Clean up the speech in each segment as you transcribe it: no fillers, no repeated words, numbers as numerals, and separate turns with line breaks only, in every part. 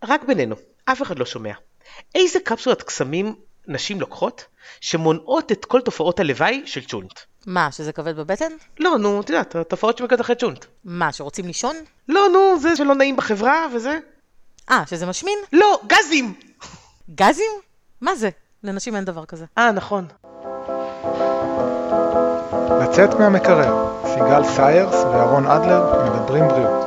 רק בינינו, אף אחד לא שומע. איזה קפסולת קסמים נשים לוקחות שמונעות את כל תופעות הלוואי של צ'ונט?
מה, שזה כבד בבטן?
לא, נו, את יודעת, התופעות שמקד אחרי צ'ונט.
מה, שרוצים לישון?
לא, נו, זה שלא נעים בחברה וזה.
שזה משמין?
לא, גזים!
גזים? מה זה? לנשים אין דבר כזה.
נכון.
לצאת מהמקרר, סיגל סיירס ואהרון אדלר מדברים בריאות.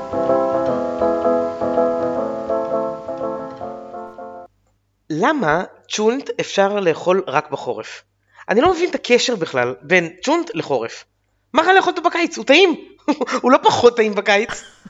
למה צ'ונט אפשר לאכול רק בחורף? אני לא מבין את הקשר בכלל בין צ'ונט לחורף. מה רע לאכול אותו בקיץ? הוא טעים. הוא לא פחות טעים בקיץ.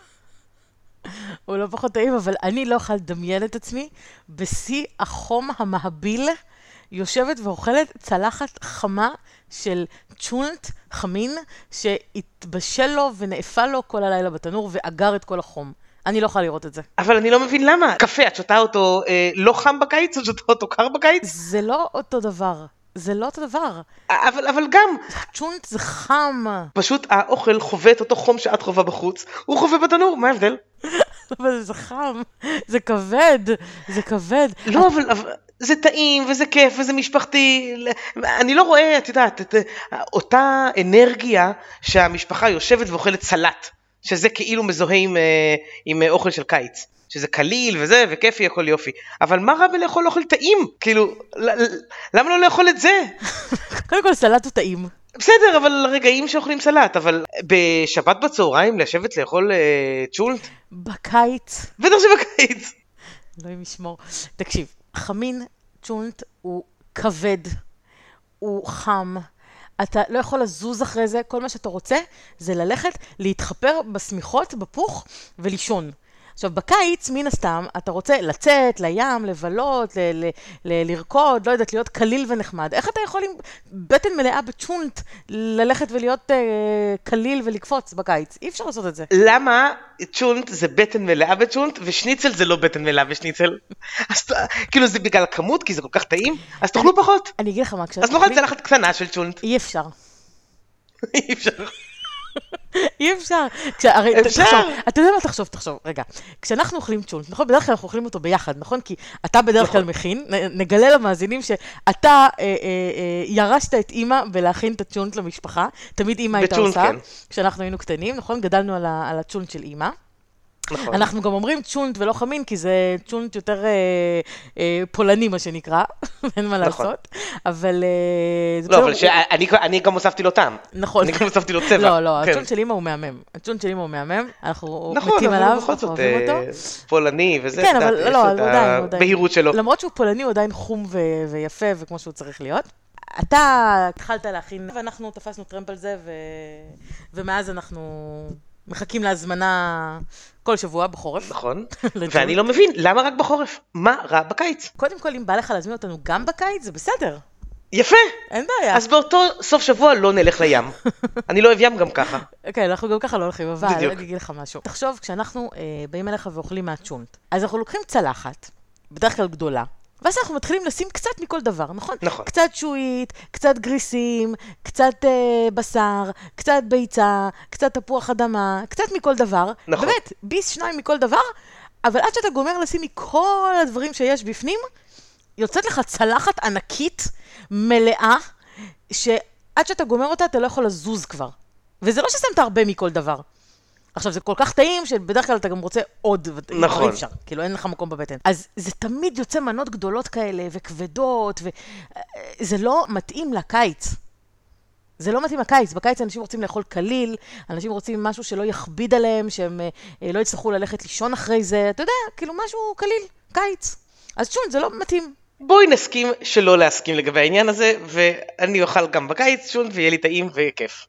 הוא לא פחות טעים, אבל אני לא יכולה לדמיין את עצמי בשיא החום המהביל, יושבת ואוכלת צלחת חמה של צ'ונט חמין, שהתבשל לו ונאפה לו כל הלילה בתנור ואגר את כל החום. אני לא יכולה לראות את זה.
אבל אני לא מבין למה. קפה, את שותה אותו לא חם בקיץ או שותה אותו קר בקיץ?
זה לא אותו דבר. זה לא אותו דבר.
אבל גם...
צ'ונט זה חם.
פשוט האוכל חווה את אותו חום שאת חווה בחוץ. הוא חווה בתנור, מה ההבדל?
אבל זה חם. זה כבד. זה כבד.
לא, אבל זה טעים וזה כיף וזה משפחתי. אני לא רואה, את יודעת, את אותה אנרגיה שהמשפחה יושבת ואוכלת סלט. שזה כאילו מזוהה עם אוכל של קיץ. שזה קליל וזה, וכיפי יכול יופי. אבל מה רע בלאכול אוכל טעים? כאילו, למה לא לאכול את זה?
קודם כל, סלט הוא טעים.
בסדר, אבל רגעים שאוכלים סלט, אבל בשבת בצהריים לשבת לאכול צ'ונט?
בקיץ.
בטח שבקיץ.
אלוהים ישמור. תקשיב, חמין צ'ונט הוא כבד, הוא חם, אתה לא יכול לזוז אחרי זה, כל מה שאתה רוצה זה ללכת, להתחפר בסמיכות, בפוך ולישון. עכשיו, בקיץ, מן הסתם, אתה רוצה לצאת לים, לבלות, לרקוד, לא יודעת, להיות קליל ונחמד. איך אתה יכול עם בטן מלאה בצ'ונט ללכת ולהיות קליל ולקפוץ בקיץ? אי אפשר לעשות את זה.
למה צ'ונט זה בטן מלאה בצ'ונט, ושניצל זה לא בטן מלאה בשניצל? כאילו זה בגלל הכמות, כי זה כל כך טעים, אז תאכלו פחות.
אני אגיד לך מה,
אז נאכל צלחת קטנה של צ'ונט.
אי אפשר.
אי אפשר.
אי אפשר. אתה יודע מה תחשוב, רגע. כשאנחנו אוכלים צ'ונט, נכון? בדרך כלל אנחנו אוכלים אותו ביחד, נכון? כי אתה בדרך כלל מכין, נגלה למאזינים שאתה ירשת את אמא בלהכין את הצ'ונט למשפחה, תמיד אמא הייתה עושה, כשאנחנו היינו קטנים, נכון? גדלנו על הצ'ונט של אמא.
נכון.
אנחנו גם אומרים צ'ונט ולא חמין, כי זה צ'ונט יותר פולני, מה שנקרא, אין מה לעשות. אבל...
לא, אבל אני גם הוספתי לו טעם.
נכון.
אני גם הוספתי לו צבע.
לא, הצ'ונט של אמא הוא מהמם. הצ'ונט של אמא הוא מהמם, אנחנו
נכון,
מתים
אבל
עליו,
בכל
אנחנו
זאת
אוהבים אותו.
פולני וזה,
כן, אבל לא, עדיין.
בהירות שלו.
למרות שהוא פולני, הוא עדיין חום ויפה, וכמו שהוא צריך להיות. אתה התחלת להכין, ואנחנו תפסנו טרמפ על זה, ומאז אנחנו מחכים להזמנה כל שבוע בחורף.
נכון, ואני לא מבין, למה רק בחורף? מה רע בקיץ?
קודם כל, אם בא לך להזמין אותנו גם בקיץ, זה בסדר.
יפה.
אין בעיה.
אז באותו סוף שבוע לא נלך לים. אני לא אוהב ים גם ככה.
כן, אנחנו גם ככה לא הולכים, אבל אני אגיד לך משהו. תחשוב, כשאנחנו באים אליך ואוכלים מהצ'ונט, אז אנחנו לוקחים צלחת, בדרך כלל גדולה, ואז אנחנו מתחילים לשים קצת מכל דבר, נכון?
נכון.
קצת שועית, קצת גריסים, קצת בשר, קצת ביצה, קצת תפוח אדמה, קצת מכל דבר.
נכון.
באמת, ביס שניים מכל דבר, אבל עד שאתה גומר לשים מכל הדברים שיש בפנים, יוצאת לך צלחת ענקית, מלאה, שעד שאתה גומר אותה, אתה לא יכול לזוז כבר. וזה לא ששמת הרבה מכל דבר. עכשיו, זה כל כך טעים, שבדרך כלל אתה גם רוצה עוד,
נכון.
אי אפשר, כאילו אין לך מקום בבטן. אז זה תמיד יוצא מנות גדולות כאלה, וכבדות, וזה לא מתאים לקיץ. זה לא מתאים לקיץ. בקיץ אנשים רוצים לאכול קליל, אנשים רוצים משהו שלא יכביד עליהם, שהם לא יצטרכו ללכת לישון אחרי זה, אתה יודע, כאילו משהו קליל, קיץ. אז שון, זה לא מתאים.
בואי נסכים שלא להסכים לגבי העניין הזה, ואני אוכל גם בקיץ שון, ויהיה לי טעים וכיף.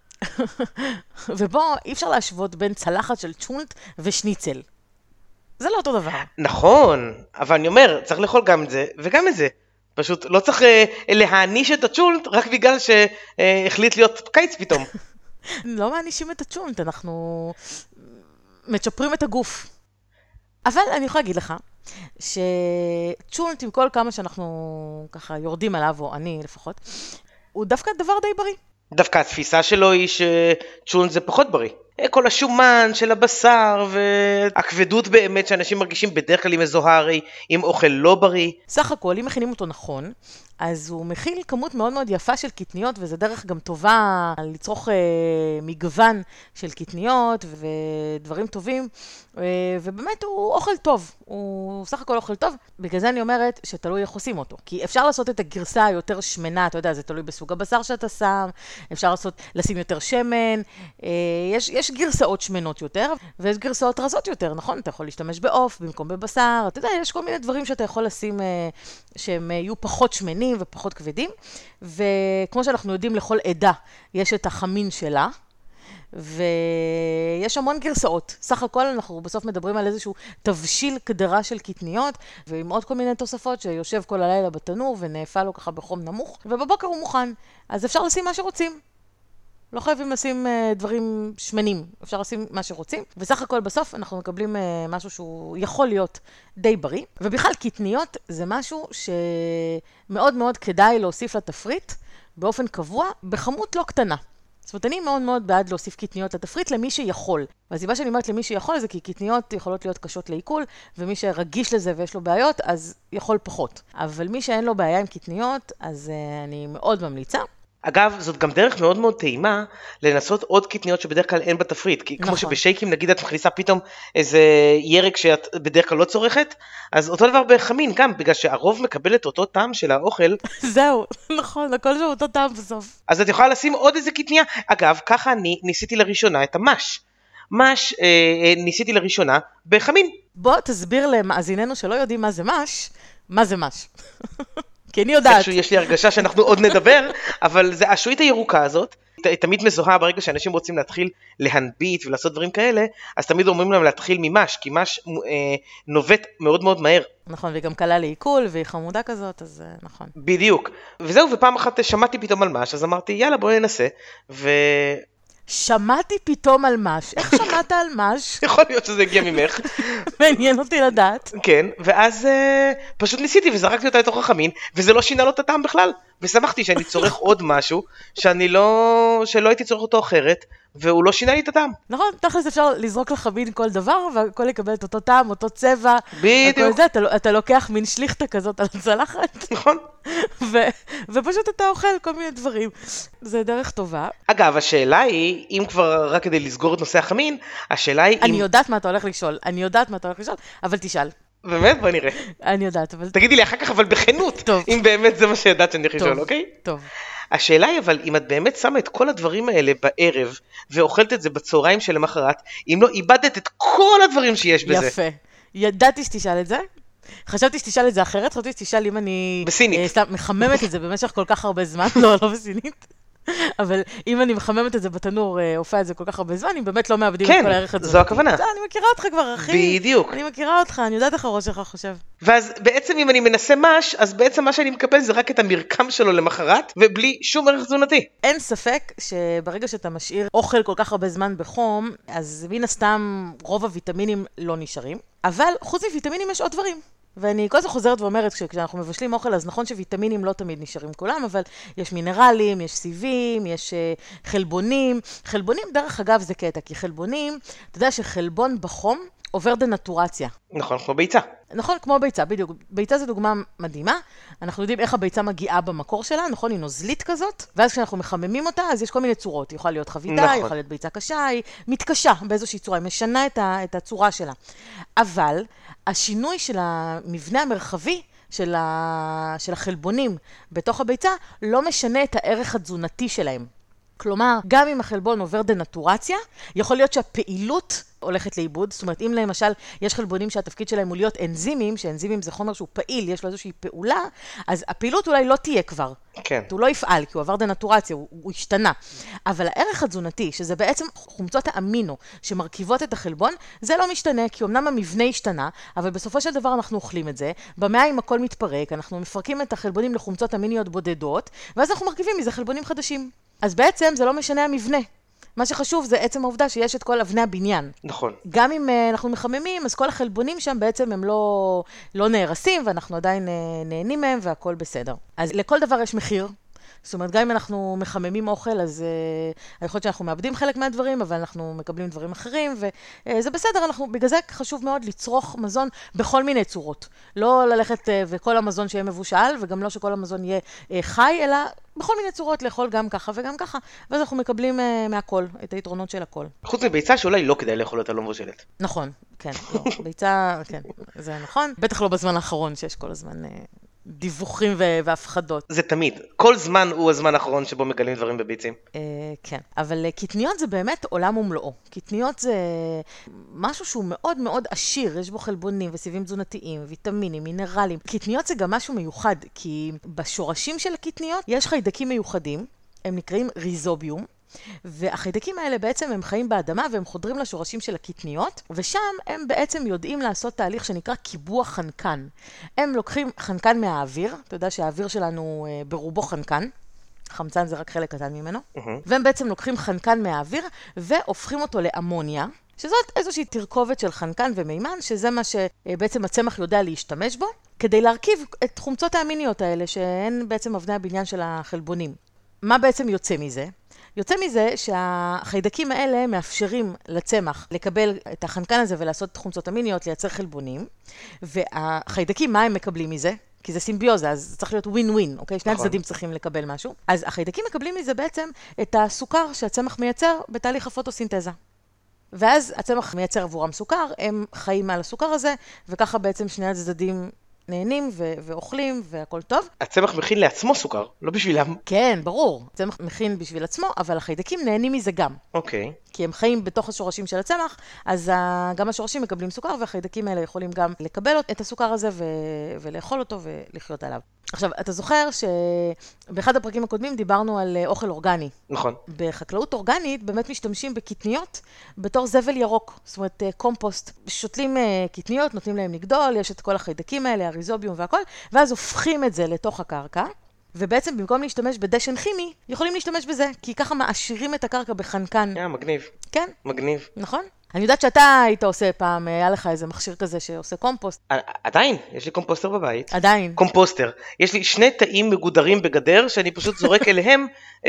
ובוא, אי אפשר להשוות בין צלחת של צ'ונט ושניצל. זה לא אותו דבר.
נכון, אבל אני אומר, צריך לאכול גם את זה וגם את זה. פשוט לא צריך להעניש את הצ'ונט רק בגלל שהחליט להיות קיץ פתאום.
לא מענישים את הצ'ונט, אנחנו מצ'פרים את הגוף. אבל אני יכולה להגיד לך, שצ'ונט עם כל כמה שאנחנו ככה יורדים עליו, או אני לפחות, הוא דווקא דבר די בריא.
דווקא התפיסה שלו היא שצ'ונט זה פחות בריא. כל השומן של הבשר והכבדות באמת שאנשים מרגישים בדרך כלל עם מזוהר, עם אוכל לא בריא.
סך הכל, אם מכינים אותו נכון, אז הוא מכיל כמות מאוד מאוד יפה של קטניות, וזה דרך גם טובה לצרוך מגוון של קטניות ודברים טובים, ובאמת הוא אוכל טוב, הוא סך הכל אוכל טוב. בגלל זה אני אומרת שתלוי איך עושים אותו, כי אפשר לעשות את הגרסה היותר שמנה, אתה יודע, זה תלוי בסוג הבשר שאתה שם, אפשר לשים יותר שמן, יש גרסאות שמנות יותר, ויש גרסאות רזות יותר, נכון? אתה יכול להשתמש בעוף במקום בבשר, אתה יודע, יש כל מיני דברים שאתה יכול לשים שהם יהיו פחות שמנים ופחות כבדים, וכמו שאנחנו יודעים, לכל עדה יש את החמין שלה, ויש המון גרסאות. סך הכל אנחנו בסוף מדברים על איזשהו תבשיל קדרה של קטניות, ועם עוד כל מיני תוספות שיושב כל הלילה בתנור ונאפה לו ככה בחום נמוך, ובבוקר הוא מוכן. אז אפשר לשים מה שרוצים. לא חייבים לשים דברים שמנים, אפשר לשים מה שרוצים, וסך הכל בסוף אנחנו מקבלים משהו שהוא יכול להיות די בריא, ובכלל קטניות זה משהו שמאוד מאוד כדאי להוסיף לתפריט באופן קבוע, בכמות לא קטנה. זאת אומרת, אני מאוד מאוד בעד להוסיף קטניות לתפריט למי שיכול. והסיבה שאני אומרת למי שיכול זה כי קטניות יכולות להיות קשות לעיכול, ומי שרגיש לזה ויש לו בעיות, אז יכול פחות. אבל מי שאין לו בעיה עם קטניות, אז אני מאוד ממליצה.
אגב, זאת גם דרך מאוד מאוד טעימה לנסות עוד קטניות שבדרך כלל אין בתפריט, כי כמו שבשייקים נגיד את מכניסה פתאום איזה ירק שאת בדרך כלל לא צורכת, אז אותו דבר בחמין גם, בגלל שהרוב מקבל את אותו טעם של האוכל.
זהו, נכון, הכל זה אותו טעם בסוף.
אז את יכולה לשים עוד איזה קטניה. אגב, ככה אני ניסיתי לראשונה את המש. ניסיתי לראשונה בחמין.
בוא תסביר למאזיננו שלא יודעים מה זה מש, מה זה מש. כי אני יודעת.
יש לי הרגשה שאנחנו עוד נדבר, אבל זה השועית הירוקה הזאת, תמיד מזוהה ברגע שאנשים רוצים להתחיל להנביט ולעשות דברים כאלה, אז תמיד אומרים להם להתחיל ממש, כי מש נובט מאוד מאוד מהר.
נכון, והיא גם קלה לעיכול, והיא חמודה כזאת, אז נכון.
בדיוק. וזהו, ופעם אחת שמעתי פתאום על מש, אז אמרתי, יאללה, בואי ננסה,
שמעתי פתאום על מש. איך שמעת על מש?
יכול להיות שזה הגיע ממך.
מעניין אותי לדעת.
כן, ואז פשוט ניסיתי וזרקתי אותה לתוך החמין, וזה לא שינה לו את הטעם בכלל. ושמחתי שאני צורך עוד משהו, שלא הייתי צורך אותו אחרת, והוא לא שינה לי את הטעם.
נכון, תכלס אפשר לזרוק לחמין כל דבר, והכל יקבל את אותו טעם, אותו צבע.
בדיוק.
אתה לוקח מין שליחתה כזאת על הצלחת.
נכון.
ופשוט אתה אוכל כל מיני דברים. זה דרך טובה.
אגב, השאלה היא, אם כבר רק כדי לסגור את נושא החמין, השאלה היא...
אני יודעת מה אתה הולך לשאול, אבל תשאל.
באמת? בוא נראה.
אני יודעת, אבל...
תגידי לי אחר כך, אבל בכנות, אם באמת זה מה שידעת שאני הולך לשאול, אוקיי?
טוב.
השאלה היא אבל, אם את באמת שמה את כל הדברים האלה בערב, ואוכלת את זה בצהריים שלמחרת, אם לא איבדת את כל הדברים שיש בזה.
יפה. ידעתי שתשאל את זה. חשבתי שתשאל את זה אחרת, חשבתי שתשאל אם אני...
בסינית.
מחממת את זה במשך כל כך הרבה זמן, לא בסינית. אבל אם אני מחממת את זה בתנור, הופעה את זה כל כך הרבה זמן, אם באמת לא מאבדים את כל הערך התזונתי.
כן, זו הכוונה.
אני מכירה אותך כבר, אחי.
בדיוק.
אני מכירה אותך, אני יודעת איך הראש שלך חושב.
ואז בעצם אם אני מנסה מש, אז בעצם מה שאני מקבל זה רק את המרקם שלו למחרת, ובלי שום ערך תזונתי.
אין ספק שברגע שאתה משאיר אוכל כל כך הרבה זמן בחום, אז מן הסתם רוב הוויטמינים לא נשארים. אבל חוץ מוויטמינים יש עוד דברים. ואני כל זה חוזרת ואומרת, כשאנחנו מבשלים אוכל, אז נכון שוויטמינים לא תמיד נשארים כולם, אבל יש מינרלים, יש סיבים, יש חלבונים. חלבונים, דרך אגב, זה קטע, כי חלבונים, אתה יודע שחלבון בחום עובר דנטורציה.
נכון, כמו ביצה.
נכון, כמו ביצה, בדיוק. ביצה זו דוגמה מדהימה. אנחנו יודעים איך הביצה מגיעה במקור שלה, נכון? היא נוזלית כזאת, ואז כשאנחנו מחממים אותה, אז יש כל מיני צורות. היא יכולה להיות חביתה, היא יכולה להיות ביצה קשה, היא מתקשה באיזושהי צורה, היא משנה את הצורה שלה. אבל השינוי של המבנה המרחבי של החלבונים בתוך הביצה לא משנה את הערך התזונתי שלהם. כלומר, גם אם החלבון עובר דנטורציה, יכול להיות שהפעילות הולכת לאיבוד. זאת אומרת, אם למשל יש חלבונים שהתפקיד שלהם הוא להיות אנזימים, שאנזימים זה חומר שהוא פעיל, יש לו איזושהי פעולה, אז הפעילות אולי לא תהיה כבר.
כן.
הוא לא יפעל, כי הוא עבר דנטורציה, הוא השתנה. אבל הערך התזונתי, שזה בעצם חומצות האמינו שמרכיבות את החלבון, זה לא משתנה, כי אמנם המבנה השתנה, אבל בסופו של דבר אנחנו אוכלים את זה, במעיים הכל מתפרק, אנחנו מפרקים את החלבונים לחומצות אמיניות בודדות, ואז אנחנו מרכיבים מזה חלבונים חדשים. אז בעצם זה לא משנה המבנה. מה שחשוב זה עצם העובדה שיש את כל אבני הבניין.
נכון.
גם אם אנחנו מחממים, אז כל החלבונים שם בעצם הם לא נהרסים, ואנחנו עדיין נהנים מהם והכל בסדר. אז לכל דבר יש מחיר, זאת אומרת, גם אם אנחנו מחממים אוכל, אז יכול להיות שאנחנו מאבדים חלק מהדברים, אבל אנחנו מקבלים דברים אחרים, וזה בסדר, בגלל זה חשוב מאוד לצרוך מזון בכל מיני צורות. לא ללכת וכל המזון שיהיה מבושל, וגם לא שכל המזון יהיה חי, אלא בכל מיני צורות לאכול גם ככה וגם ככה, ואז אנחנו מקבלים מהכל, את היתרונות של הכל.
חוץ מביצה שאולי לא כדאי לאכול אותה לא מבושלת.
נכון, כן, לא, ביצה, כן, זה נכון. בטח לא בזמן האחרון שיש כל הזמן דיווחים והפחדות.
זה תמיד. כל זמן הוא הזמן האחרון שבו מגלים דברים בביצים.
כן, אבל קטניות זה באמת עולם ומלואו. קטניות זה משהו שהוא מאוד מאוד עשיר, יש בו חלבונים וסיבים תזונתיים, ויטמינים, מינרלים. קטניות זה גם משהו מיוחד, כי בשורשים של הקטניות יש חיידקים מיוחדים, הם נקראים ריזוביום, והחיידקים האלה בעצם הם חיים באדמה והם חודרים לשורשים של הקטניות, ושם הם בעצם יודעים לעשות תהליך שנקרא קיבוע חנקן. הם לוקחים חנקן מהאוויר, אתה יודע שהאוויר שלנו ברובו חנקן, חמצן זה רק חלק קטן ממנו, והם בעצם לוקחים חנקן מהאוויר והופכים אותו לאמוניה, שזאת איזושהי תרכובת של חנקן ומימן, שזה מה שבעצם הצמח יודע להשתמש בו, כדי להרכיב את חומצות האמיניות האלה, שהן בעצם אבני הבניין של החלבונים. מה בעצם יוצא מזה? יוצא מזה שהחיידקים האלה מאפשרים לצמח לקבל את החנקן הזה ולעשות חומצות אמיניות, לייצר חלבונים, והחיידקים, מה הם מקבלים מזה? כי זה סימביוזה, אז זה צריך להיות ווין ווין, אוקיי? שני הצדדים צריכים לקבל משהו. אז החיידקים מקבלים מזה בעצם את הסוכר שהצמח מייצר בתהליך הפוטוסינתזה. ואז הצמח מייצר עבורם סוכר, הם חיים על הסוכר הזה, וככה בעצם שני הצדדים נהנים ואוכלים והכל טוב.
הצמח מכין לעצמו סוכר, לא בשבילם.
כן, ברור. הצמח מכין בשביל עצמו, אבל החיידקים נהנים מזה גם.
אוקיי.
כי הם חיים בתוך השורשים של הצמח, אז גם השורשים מקבלים סוכר, והחיידקים האלה יכולים גם לקבל את הסוכר הזה ולאכול אותו ולחיות עליו. עכשיו, אתה זוכר שבאחד הפרקים הקודמים דיברנו על אוכל אורגני.
נכון.
בחקלאות אורגנית באמת משתמשים בקטניות בתור זבל ירוק, זאת אומרת קומפוסט. שותלים קטניות, נותנים להם לגדול, יש את כל החיידקים האלה, הריזוביום והכל, ואז הופכים את זה לתוך הקרקע, ובעצם במקום להשתמש בדשן כימי, יכולים להשתמש בזה, כי ככה מעשירים את הקרקע בחנקן.
מגניב.
כן.
מגניב.
נכון? אני יודעת שאתה היית עושה פעם, היה לך איזה מכשיר כזה שעושה קומפוסט.
עדיין, יש לי קומפוסטר בבית.
עדיין.
קומפוסטר. יש לי שני תאים מגודרים בגדר, שאני פשוט זורק אליהם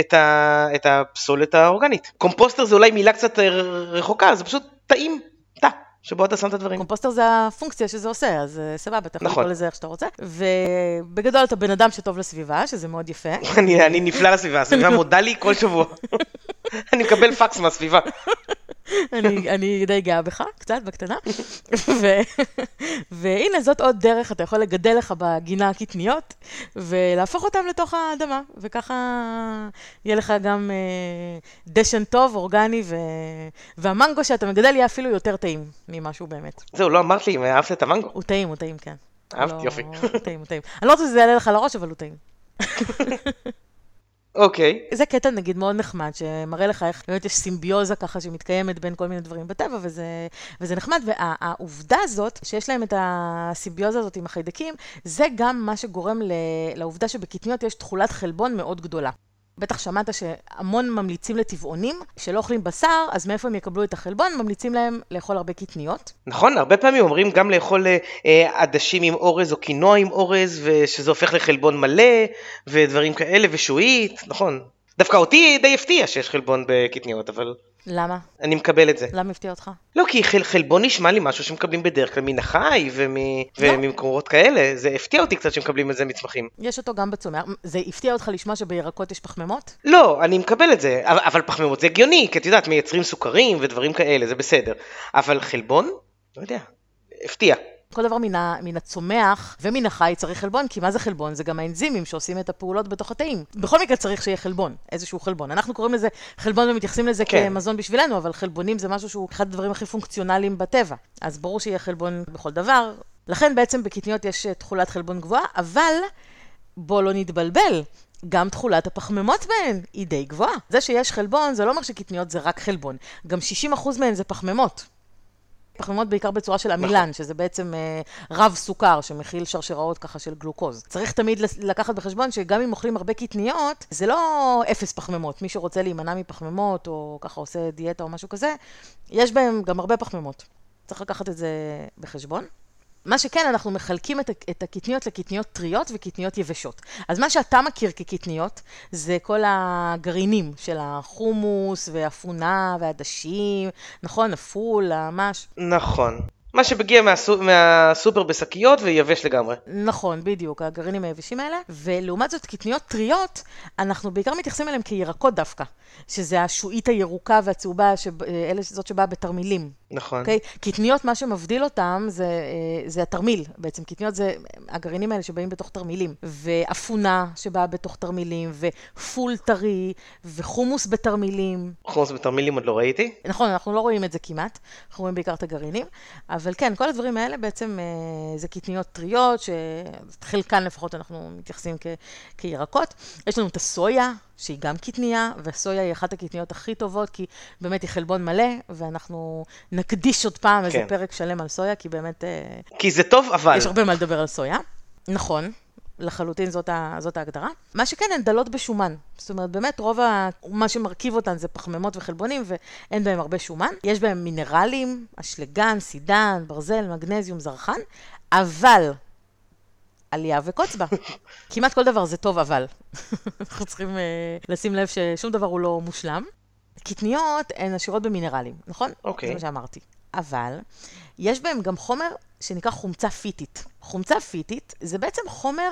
את הפסולת האורגנית. קומפוסטר זה אולי מילה קצת רחוקה, זה פשוט תאים, תא, שבו אתה שם את הדברים.
קומפוסטר זה הפונקציה שזה עושה, אז סבבה, אתה יכול
נכון.
לקרוא לזה איך שאתה רוצה. ובגדול אתה בן אדם שטוב לסביבה, שזה מאוד יפה.
אני נפלא לסביבה, הסביבה מודה לי כל שבוע. אני מקבל פקס מהסביבה.
אני די גאה בך, קצת, בקטנה. והנה, זאת עוד דרך, אתה יכול לגדל לך בגינה הקטניות, ולהפוך אותם לתוך האדמה, וככה יהיה לך גם דשן טוב, אורגני, והמנגו שאתה מגדל יהיה אפילו יותר טעים ממשהו באמת.
זהו, לא אמרת לי אם אהבת את המנגו.
הוא טעים, כן.
אהבת, יופי.
הוא טעים. אני לא רוצה שזה יעלה לך לראש, אבל הוא טעים.
אוקיי.
זה קטע נגיד מאוד נחמד, שמראה לך איך באמת יש סימביוזה ככה שמתקיימת בין כל מיני דברים בטבע, וזה נחמד, והעובדה הזאת, שיש להם את הסימביוזה הזאת עם החיידקים, זה גם מה שגורם לעובדה שבקטניות יש תכולת חלבון מאוד גדולה. בטח שמעת שהמון ממליצים לטבעונים שלא אוכלים בשר, אז מאיפה הם יקבלו את החלבון? ממליצים להם לאכול הרבה קטניות.
נכון, הרבה פעמים אומרים גם לאכול עדשים עם אורז או קינוע עם אורז, ושזה הופך לחלבון מלא, ודברים כאלה, ושועית, נכון. דווקא אותי די הפתיע שיש חלבון בקטניות, אבל...
למה?
אני מקבל את זה.
למה הפתיע אותך?
לא, כי חלבון נשמע לי משהו שמקבלים בדרך כלל מן החי וממקורות כאלה. זה הפתיע אותי קצת שמקבלים את זה מצמחים.
יש אותו גם בצומח. זה הפתיע אותך לשמוע שבירקות יש פחמימות?
לא, אני מקבל את זה. אבל פחמימות זה הגיוני, כי את יודעת, מייצרים סוכרים ודברים כאלה, זה בסדר. אבל חלבון? לא יודע. הפתיע.
כל דבר מן הצומח ומן החי צריך חלבון, כי מה זה חלבון? זה גם האנזימים שעושים את הפעולות בתוך התאים. בכל מקרה צריך שיהיה חלבון, איזשהו חלבון. אנחנו קוראים לזה חלבון ומתייחסים לזה כמזון בשבילנו, אבל חלבונים זה משהו שהוא אחד הדברים הכי פונקציונליים בטבע. אז ברור שיהיה חלבון בכל דבר. לכן בעצם בקטניות יש תכולת חלבון גבוהה, אבל בוא לא נתבלבל. גם תכולת הפחמימות בהן היא די גבוהה. זה שיש חלבון, זה לא אומר שקטניות זה רק חלבון. גם 60% מהן זה פחמימות. פחמימות בעיקר בצורה של אמילן, שזה בעצם רב סוכר, שמכיל שרשראות ככה של גלוקוז. צריך תמיד לקחת בחשבון שגם אם אוכלים הרבה קטניות, זה לא אפס פחמימות. מי שרוצה להימנע מפחמימות, או ככה עושה דיאטה או משהו כזה, יש בהם גם הרבה פחמימות. צריך לקחת את זה בחשבון. מה שכן, אנחנו מחלקים את הקטניות לקטניות טריות וקטניות יבשות. אז מה שאתה מכיר כקטניות, זה כל הגרעינים של החומוס והאפונה והדשים, נכון? הפול, המש.
נכון. מה שמגיע מהסופר בשקיות ויבש לגמרי.
נכון, בדיוק, הגרעינים היבשים האלה. ולעומת זאת, קטניות טריות, אנחנו בעיקר מתייחסים אליהם כירקות דווקא, שזה השועית הירוקה והצהובה, זאת שבאה בתרמילים.
נכון.
אוקיי? קטניות, מה שמבדיל אותם זה התרמיל, בעצם. קטניות זה הגרעינים האלה שבאים בתוך תרמילים, ואפונה שבאה בתוך תרמילים, ופול טרי, וחומוס בתרמילים.
חומוס בתרמילים עוד לא ראיתי.
נכון, אנחנו לא רואים את זה כמעט, אנחנו רואים בעיקר את הגרעינים, אבל כן, כל הדברים האלה בעצם זה קטניות טריות, שחלקן לפחות אנחנו מתייחסים כירקות. יש לנו את הסויה, שהיא גם קטניה, והסויה היא אחת הקטניות הכי טובות, כי באמת היא חלבון מלא, ואנחנו נקדיש עוד פעם איזה פרק שלם על סויה, כי באמת...
כי זה טוב, אבל...
יש הרבה מה לדבר על סויה. נכון, לחלוטין זאת ההגדרה. מה שכן, הן דלות בשומן. זאת אומרת, באמת רוב מה שמרכיב אותן זה פחמימות וחלבונים, ואין בהם הרבה שומן. יש בהם מינרלים, אשלגן, סידן, ברזל, מגנזיום, זרחן, אבל... עלייה וקוץ בה. כמעט כל דבר זה טוב, אבל. אנחנו צריכים לשים לב ששום דבר הוא לא מושלם. קטניות הן עשירות במינרלים, נכון?
אוקיי.
זה מה שאמרתי. אבל יש בהם גם חומר שנקרא חומצה פיטית. חומצה פיטית זה בעצם חומר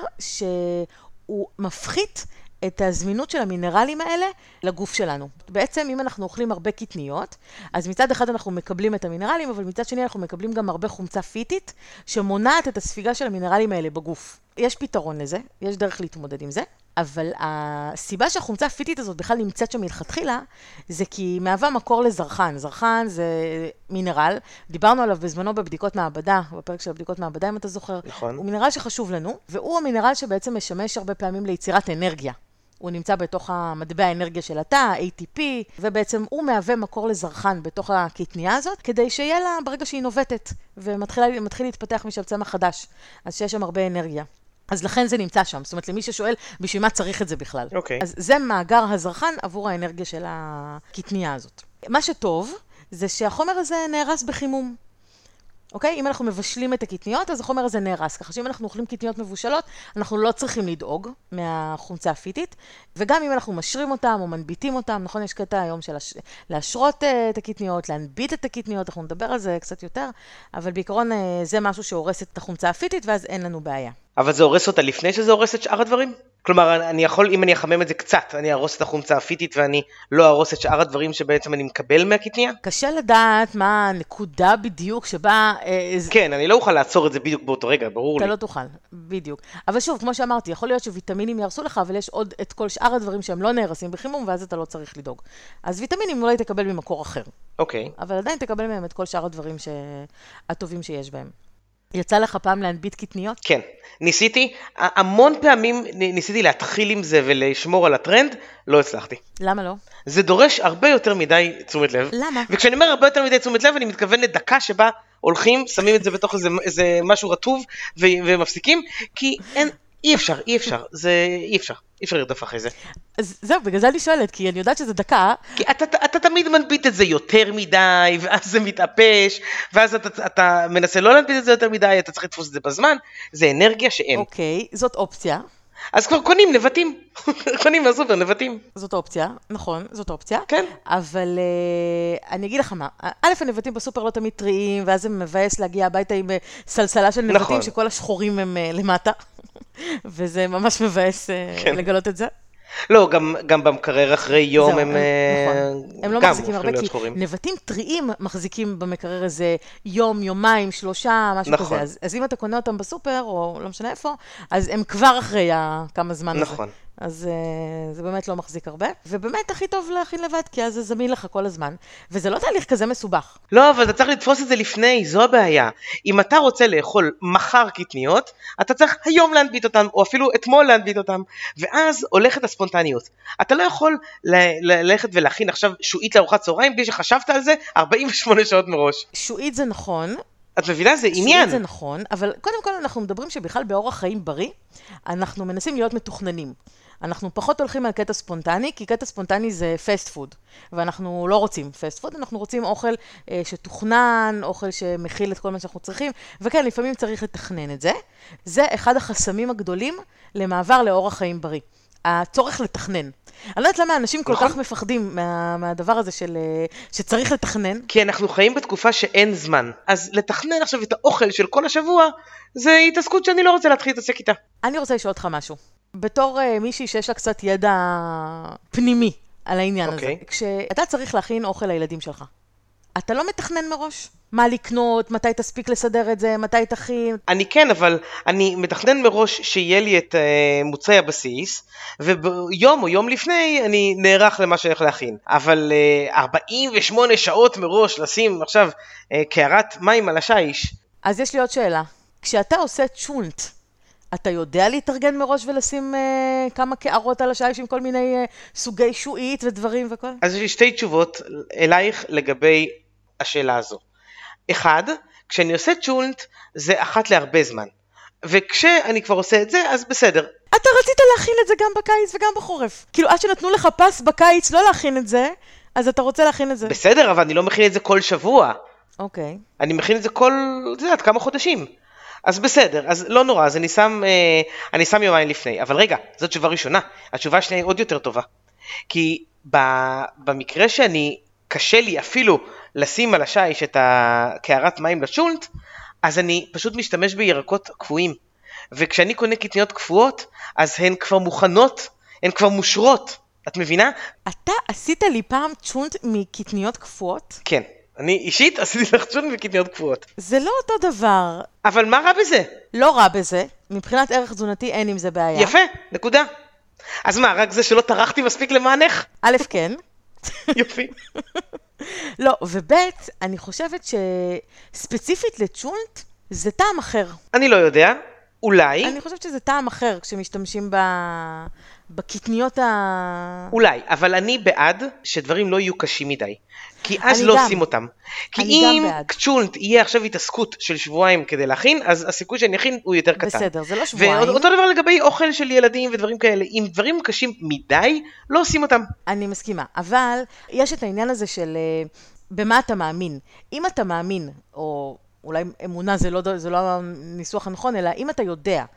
שהוא מפחית את הזמינות של המינרלים האלה לגוף שלנו. בעצם, אם אנחנו אוכלים הרבה קטניות, אז מצד אחד אנחנו מקבלים את המינרלים, אבל מצד שני אנחנו מקבלים גם הרבה חומצה פיטית, שמונעת את הספיגה של המינרלים האלה בגוף. יש פתרון לזה, יש דרך להתמודד עם זה, אבל הסיבה שהחומצה הפיטית הזאת בכלל נמצאת שם מלכתחילה, זה כי היא מהווה מקור לזרחן. זרחן זה מינרל, דיברנו עליו בזמנו בבדיקות מעבדה, בפרק של הבדיקות מעבדה, אם אתה זוכר.
נכון.
הוא מינרל שחשוב לנו, והוא המינרל שבעצם משמש הרבה פעמים ליצירת אנרגיה. הוא נמצא בתוך המטבע האנרגיה של התא, ATP, ובעצם הוא מהווה מקור לזרחן בתוך הקטניה הזאת, כדי שיהיה לה ברגע שהיא נובטת, ומתחיל להתפתח משם צמח חדש, אז שיש שם הרבה אנרגיה. אז לכן זה נמצא שם, זאת אומרת, למי ששואל, בשביל מה צריך את זה בכלל?
אוקיי.
אז זה מאגר הזרחן עבור האנרגיה של הקטניה הזאת. מה שטוב, זה שהחומר הזה נהרס בחימום. אוקיי? אם אנחנו מבשלים את הקטניות, אז החומר הזה נהרס. ככה שאם אנחנו אוכלים קטניות מבושלות, אנחנו לא צריכים לדאוג מהחומצה הפיטית. וגם אם אנחנו משרים אותם או מנביטים אותם, נכון, יש קטע היום של להשרות את הקטניות, להנביט את הקטניות, אנחנו נדבר על זה קצת יותר, אבל בעיקרון זה משהו שהורס את החומצה הפיטית, ואז אין לנו בעיה.
אבל זה הורס אותה לפני שזה הורס את שאר הדברים? כלומר, אני יכול, אם אני אחמם את זה קצת, אני ארוס את החומצה הפיטית ואני לא ארוס את שאר הדברים שבעצם אני מקבל מהקטניה?
קשה לדעת מה הנקודה בדיוק שבה...
כן, אני לא אוכל לעצור את זה בדיוק באותו רגע, ברור לי.
אתה לא תוכל, בדיוק. אבל שוב, כמו שאמרתי, יכול להיות שוויטמינים ירסו לך, אבל יש עוד את כל שאר הדברים שהם לא נהרסים בחימום, ואז אתה לא צריך לדאוג. אז ויטמינים אולי תקבל ממקור אחר.
אוקיי.
אבל עדיין תקבל מהם את כל שאר הדברים הטובים שיש בהם. יצא לך פעם להנביט קטניות?
כן, ניסיתי, המון פעמים ניסיתי להתחיל עם זה ולשמור על הטרנד, לא הצלחתי.
למה לא?
זה דורש הרבה יותר מדי תשומת לב.
למה?
וכשאני אומר הרבה יותר מדי תשומת לב, אני מתכוון לדקה שבה הולכים, שמים את זה בתוך איזה משהו רטוב ומפסיקים, כי אי אפשר, אי אפשר לרדוף אחרי זה.
אז זהו, בגלל זה אני שואלת, כי אני יודעת שזה דקה.
כי אתה תמיד מנביט את זה יותר מדי, ואז זה מתאפש, ואז אתה מנסה לא להנביט את זה יותר מדי, אתה צריך לתפוס את זה בזמן, זה אנרגיה שאין.
אוקיי, זאת אופציה.
אז כבר קונים נבטים, קונים מהסופר נבטים.
זאת אופציה, נכון, זאת אופציה.
כן.
אבל אני אגיד לך מה, א', הנבטים בסופר לא תמיד טריים, ואז זה מבאס להגיע הביתה עם סלסלה של נבטים,
נכון.
שכל השחורים הם למטה, וזה ממש מבאס
כן.
לגלות את זה.
לא, גם במקרר אחרי יום
זהו,
הם
נכון. הם לא
גם
מחזיקים הרבה, כי
שחורים.
נבטים טריים מחזיקים במקרר הזה יום, יומיים, 3, משהו
נכון.
כזה. אז אם אתה קונה אותם בסופר, או לא משנה איפה, אז הם כבר אחרי כמה זמן הזה.
נכון.
אז זה באמת לא מחזיק הרבה. ובאמת הכי טוב להכין לבד, כי אז זה זמין לך כל הזמן. וזה לא תהליך כזה מסובך.
לא, אבל אתה צריך לתפוס את זה לפני, זו הבעיה. אם אתה רוצה לאכול מחר קטניות, אתה צריך היום להנביט אותם, או אפילו אתמול להנביט אותם, ואז הולכת הספונטניות. אתה לא יכול ללכת ולהכין עכשיו שועית לארוחת צהריים, בלי שחשבת על זה 48 שעות מראש.
שועית זה נכון.
את מבינה? זה עניין.
שועית זה נכון, אבל קודם כל אנחנו מדברים שבכלל באורח חיים בריא, אנחנו מנסים להיות מתוכננים. אנחנו פחות הולכים על קטע ספונטני, כי קטע ספונטני זה פסט פוד, ואנחנו לא רוצים פסט פוד, אנחנו רוצים אוכל שתוכנן, אוכל שמכיל את כל מה שאנחנו צריכים, וכן, לפעמים צריך לתכנן את זה. זה אחד החסמים הגדולים למעבר לאורח חיים בריא. הצורך לתכנן. אני לא יודעת למה אנשים כל כך מפחדים מהדבר הזה שצריך לתכנן.
כי אנחנו חיים בתקופה שאין זמן. אז לתכנן עכשיו את האוכל של כל השבוע, זה התעסקות שאני לא רוצה להתחיל להתעסק איתה.
אני רוצה לשאול אותך משהו. בתור מישהי שיש לה קצת ידע פנימי על העניין הזה, כשאתה צריך להכין אוכל לילדים שלך, אתה לא מתכנן מראש? מה לקנות, מתי תספיק לסדר את זה, מתי תכין?
אני כן, אבל אני מתכנן מראש שיהיה לי את מוצאי הבסיס, וביום או יום לפני אני נערך למה שאני הולך להכין. אבל 48 שעות מראש לשים עכשיו קערת מים על השיש.
אז יש לי עוד שאלה. כשאתה עושה צ'ונט, אתה יודע להתארגן מראש ולשים כמה קערות על השיש עם כל מיני סוגי שועית ודברים וכל?
אז יש לי שתי תשובות אלייך לגבי השאלה הזו. אחד, כשאני עושה צ'ונט, זה אחת להרבה זמן. וכשאני כבר עושה את זה, אז בסדר.
אתה רצית להכין את זה גם בקיץ וגם בחורף. כאילו, עד שנתנו לך פס בקיץ לא להכין את זה, אז אתה רוצה להכין את זה.
בסדר, אבל אני לא מכין את זה כל שבוע.
אוקיי.
אני מכין את זה כל, את יודעת, כמה חודשים. אז בסדר, אז לא נורא, אז אני שם יומיים לפני. אבל רגע, זאת תשובה ראשונה. התשובה השנייה היא עוד יותר טובה. כי במקרה שאני, קשה לי אפילו לשים על השיש את הקערת מים לשולט, אז אני פשוט משתמש בירקות קפואים. וכשאני קונה קטניות קפואות, אז הן כבר מוכנות, הן כבר מושרות. את מבינה?
אתה עשית לי פעם צ'ונט מקטניות קפואות?
כן. אני אישית עשיתי לך צ'ונט מקטניות קפואות.
זה לא אותו דבר.
אבל מה רע בזה?
לא רע בזה. מבחינת ערך תזונתי אין עם זה בעיה.
יפה, נקודה. אז מה, רק זה שלא טרחתי מספיק למענך?
א', כן.
יופי.
לא, וב', אני חושבת שספציפית לצ'ונט זה טעם אחר.
אני לא יודע, אולי.
אני חושבת שזה טעם אחר כשמשתמשים בקטניות
אולי, אבל אני בעד שדברים לא יהיו קשים מדי. כי אז לא עושים אותם. כי אם צ'ונט יהיה עכשיו התעסקות של שבועיים כדי להכין, אז הסיכוי שאני אכין הוא יותר קטן.
בסדר, זה לא שבועיים.
ואותו דבר לגבי אוכל של ילדים ודברים כאלה. אם דברים קשים מדי, לא עושים אותם.
אני מסכימה, אבל יש את העניין הזה של במה אתה מאמין. אם אתה מאמין, או אולי אמונה זה לא הניסוח הנכון, אלא אם אתה יודע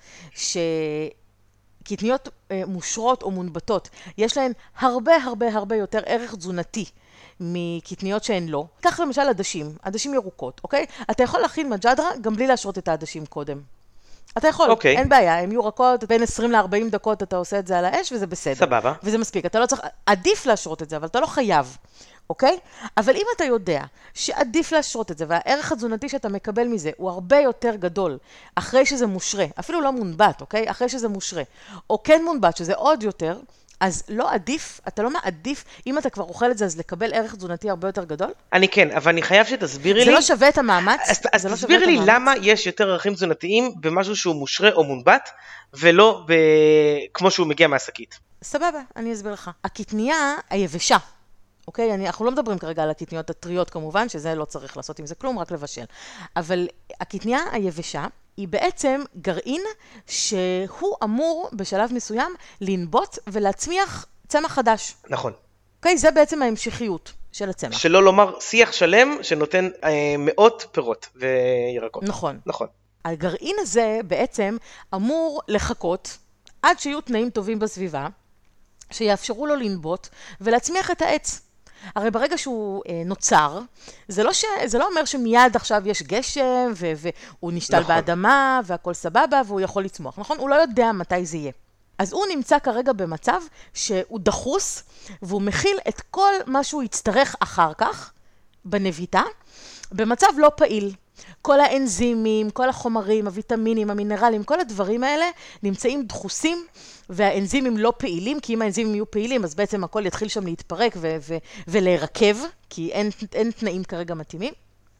שקטניות מושרות או מונבטות, יש להן הרבה יותר ערך תזונתי מקטניות שהן לא. כך למשל עדשים ירוקות, אוקיי? אתה יכול להכין מג'דרה גם בלי להשרות את העדשים קודם. אתה יכול, אין בעיה, הן ירוקות, בין 20 ל-40 דקות אתה עושה את זה על האש וזה בסדר.
סבבה.
וזה מספיק, אתה לא צריך, עדיף להשרות את זה, אבל אתה לא חייב, אוקיי? אבל אם אתה יודע שעדיף להשרות את זה, והערך התזונתי שאתה מקבל מזה הוא הרבה יותר גדול, אחרי שזה מושרה, אפילו לא מונבט, אוקיי? אחרי שזה מושרה, או כן מונבט, שזה עוד יותר, אז לא עדיף, אתה לא מעדיף, אם אתה כבר אוכל את זה, אז לקבל ערך תזונתי הרבה יותר גדול?
אני כן, אבל אני חייב שתסבירי לי.
זה לא שווה את המאמץ?
אז תסבירי לי למה יש יותר ערכים תזונתיים במשהו שהוא מושרה או מונבט, ולא כמו שהוא מגיע מהשקית.
סבבה, אני אסביר לך. הקטניה היבשה, אוקיי? אנחנו לא מדברים כרגע על הקטניות הטריות כמובן, שזה לא צריך לעשות עם זה כלום, רק לבשל. אבל הקטניה היבשה, היא בעצם גרעין שהוא אמור בשלב מסוים לנבוט ולהצמיח צמח חדש.
נכון.
אוקיי, זה בעצם ההמשכיות של הצמח.
שלא לומר שיח שלם שנותן מאות פירות וירקות.
נכון.
נכון.
הגרעין הזה בעצם אמור לחכות עד שיהיו תנאים טובים בסביבה, שיאפשרו לו לנבוט ולהצמיח את העץ. הרי ברגע שהוא נוצר, זה לא אומר שמיד עכשיו יש גשם, והוא נשתל באדמה, והכל סבבה, והוא יכול לצמוח, נכון? הוא לא יודע מתי זה יהיה. אז הוא נמצא כרגע במצב שהוא דחוס, והוא מכיל את כל מה שהוא יצטרך אחר כך, בנביטה, במצב לא פעיל. כל האנזימים, כל החומרים, הוויטמינים, המינרלים, כל הדברים האלה נמצאים דחוסים, והאנזימים לא פעילים, כי אם האנזימים יהיו פעילים, אז בעצם הכל יתחיל שם להתפרק ולהירקב, כי אין תנאים כרגע מתאימים.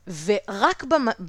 ורק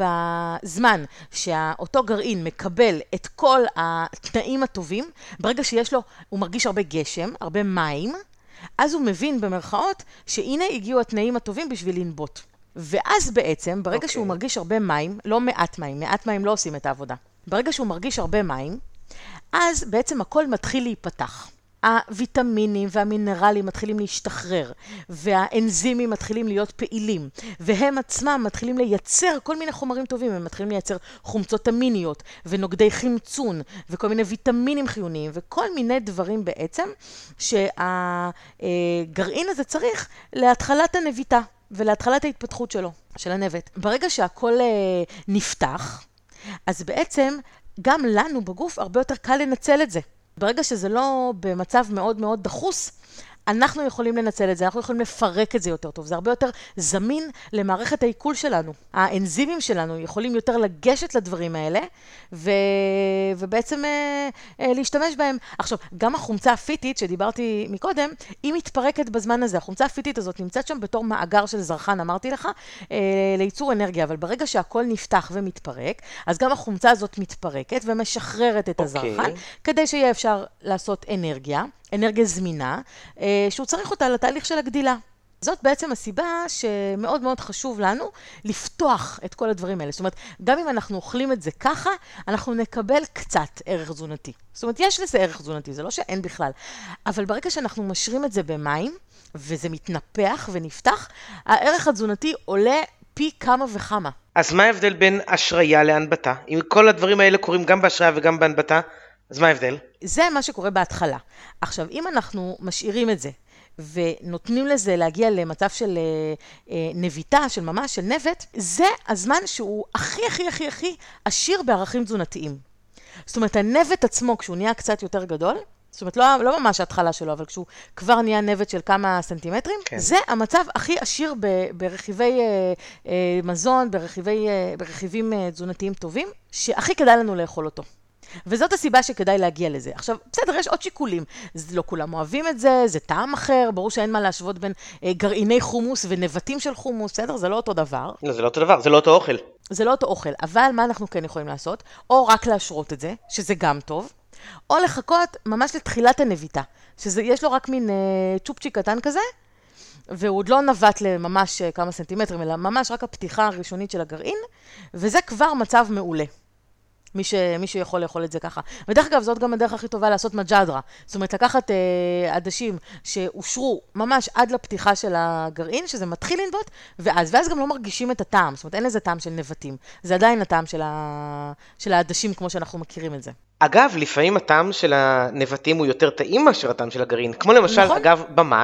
בזמן שאותו גרעין מקבל את כל התנאים הטובים, ברגע הוא מרגיש הרבה גשם, הרבה מים, אז הוא מבין במרכאות שהנה הגיעו התנאים הטובים בשביל לנבוט. ואז בעצם, ברגע שהוא מרגיש הרבה מים, לא מעט מים לא עושים את העבודה. ברגע שהוא מרגיש הרבה מים, אז בעצם הכל מתחיל להיפתח. הוויטמינים והמינרלים מתחילים להשתחרר, והאנזימים מתחילים להיות פעילים, והם עצמם מתחילים לייצר כל מיני חומרים טובים, הם מתחילים לייצר חומצות אמיניות, ונוגדי חמצון, וכל מיני ויטמינים חיוניים, וכל מיני דברים בעצם, שהגרעין הזה צריך להתחלת הנביטה, ולהתחלת ההתפתחות שלו, של הנבט. ברגע שהכל נפתח, אז בעצם גם לנו בגוף הרבה יותר קל לנצל את זה. ברגע שזה לא במצב מאוד מאוד דחוס, אנחנו יכולים לנצל את זה, אנחנו יכולים לפרק את זה יותר טוב. זה הרבה יותר זמין למערכת העיכול שלנו. האנזימים שלנו יכולים יותר לגשת לדברים האלה, ובעצם להשתמש בהם. עכשיו, גם החומצה הפיטית שדיברתי מקודם, היא מתפרקת בזמן הזה. החומצה הפיטית הזאת נמצאת שם בתור מאגר של זרחן, אמרתי לך, לייצור אנרגיה. אבל ברגע שהכל נפתח ומתפרק, אז גם החומצה הזאת מתפרקת ומשחררת את הזרחן, כדי שיהיה אפשר לעשות אנרגיה זמינה, שהוא צריך אותה לתהליך של הגדילה. זאת בעצם הסיבה שמאוד מאוד חשוב לנו לפתוח את כל הדברים האלה. זאת אומרת, גם אם אנחנו אוכלים את זה ככה, אנחנו נקבל קצת ערך תזונתי. זאת אומרת, יש לזה ערך תזונתי, זה לא שאין בכלל. אבל ברגע שאנחנו משרים את זה במים, וזה מתנפח ונפתח, הערך התזונתי עולה פי כמה וכמה.
אז מה ההבדל בין השריה להנבטה? אם כל הדברים האלה קורים גם בהשריה וגם בהנבטה, אז מה ההבדל?
זה מה שקורה בהתחלה. עכשיו, אם אנחנו משאירים את זה, ונותנים לזה להגיע למצב של נביטה, של ממש, של נבט, זה הזמן שהוא הכי הכי הכי הכי עשיר בערכים תזונתיים. זאת אומרת, הנבט עצמו, כשהוא נהיה קצת יותר גדול, זאת אומרת, לא ממש ההתחלה שלו, אבל כשהוא כבר נהיה נבט של כמה סנטימטרים, כן. זה המצב הכי עשיר ברכיבי מזון, ברכיבים תזונתיים טובים, שהכי כדאי לנו לאכול אותו. וזאת הסיבה שכדאי להגיע לזה. עכשיו, בסדר, יש עוד שיקולים. לא כולם אוהבים את זה, זה טעם אחר, ברור שאין מה להשוות בין גרעיני חומוס ונבטים של חומוס, בסדר? זה לא אותו דבר.
לא, זה לא אותו דבר, זה לא אותו אוכל.
זה לא אותו אוכל, אבל מה אנחנו כן יכולים לעשות? או רק להשרות את זה, שזה גם טוב, או לחכות ממש לתחילת הנביטה, שיש לו רק מין צ'ופצ'יק קטן כזה, והוא עוד לא נבט לממש כמה סנטימטרים, אלא ממש רק הפתיחה הראשונית של הגרעין, וזה כבר מצב מעולה. מי שיכול לאכול את זה ככה. ודרך אגב, זאת גם הדרך הכי טובה לעשות מג'דרה. זאת אומרת, לקחת עדשים שאושרו ממש עד לפתיחה של הגרעין, שזה מתחיל לנבוט, ואז גם לא מרגישים את הטעם. זאת אומרת, אין לזה טעם של נבטים. זה עדיין הטעם של העדשים, כמו שאנחנו מכירים את זה.
אגב, לפעמים הטעם של הנבטים הוא יותר טעים מאשר הטעם של הגרעין. כמו למשל, נכון? אגב,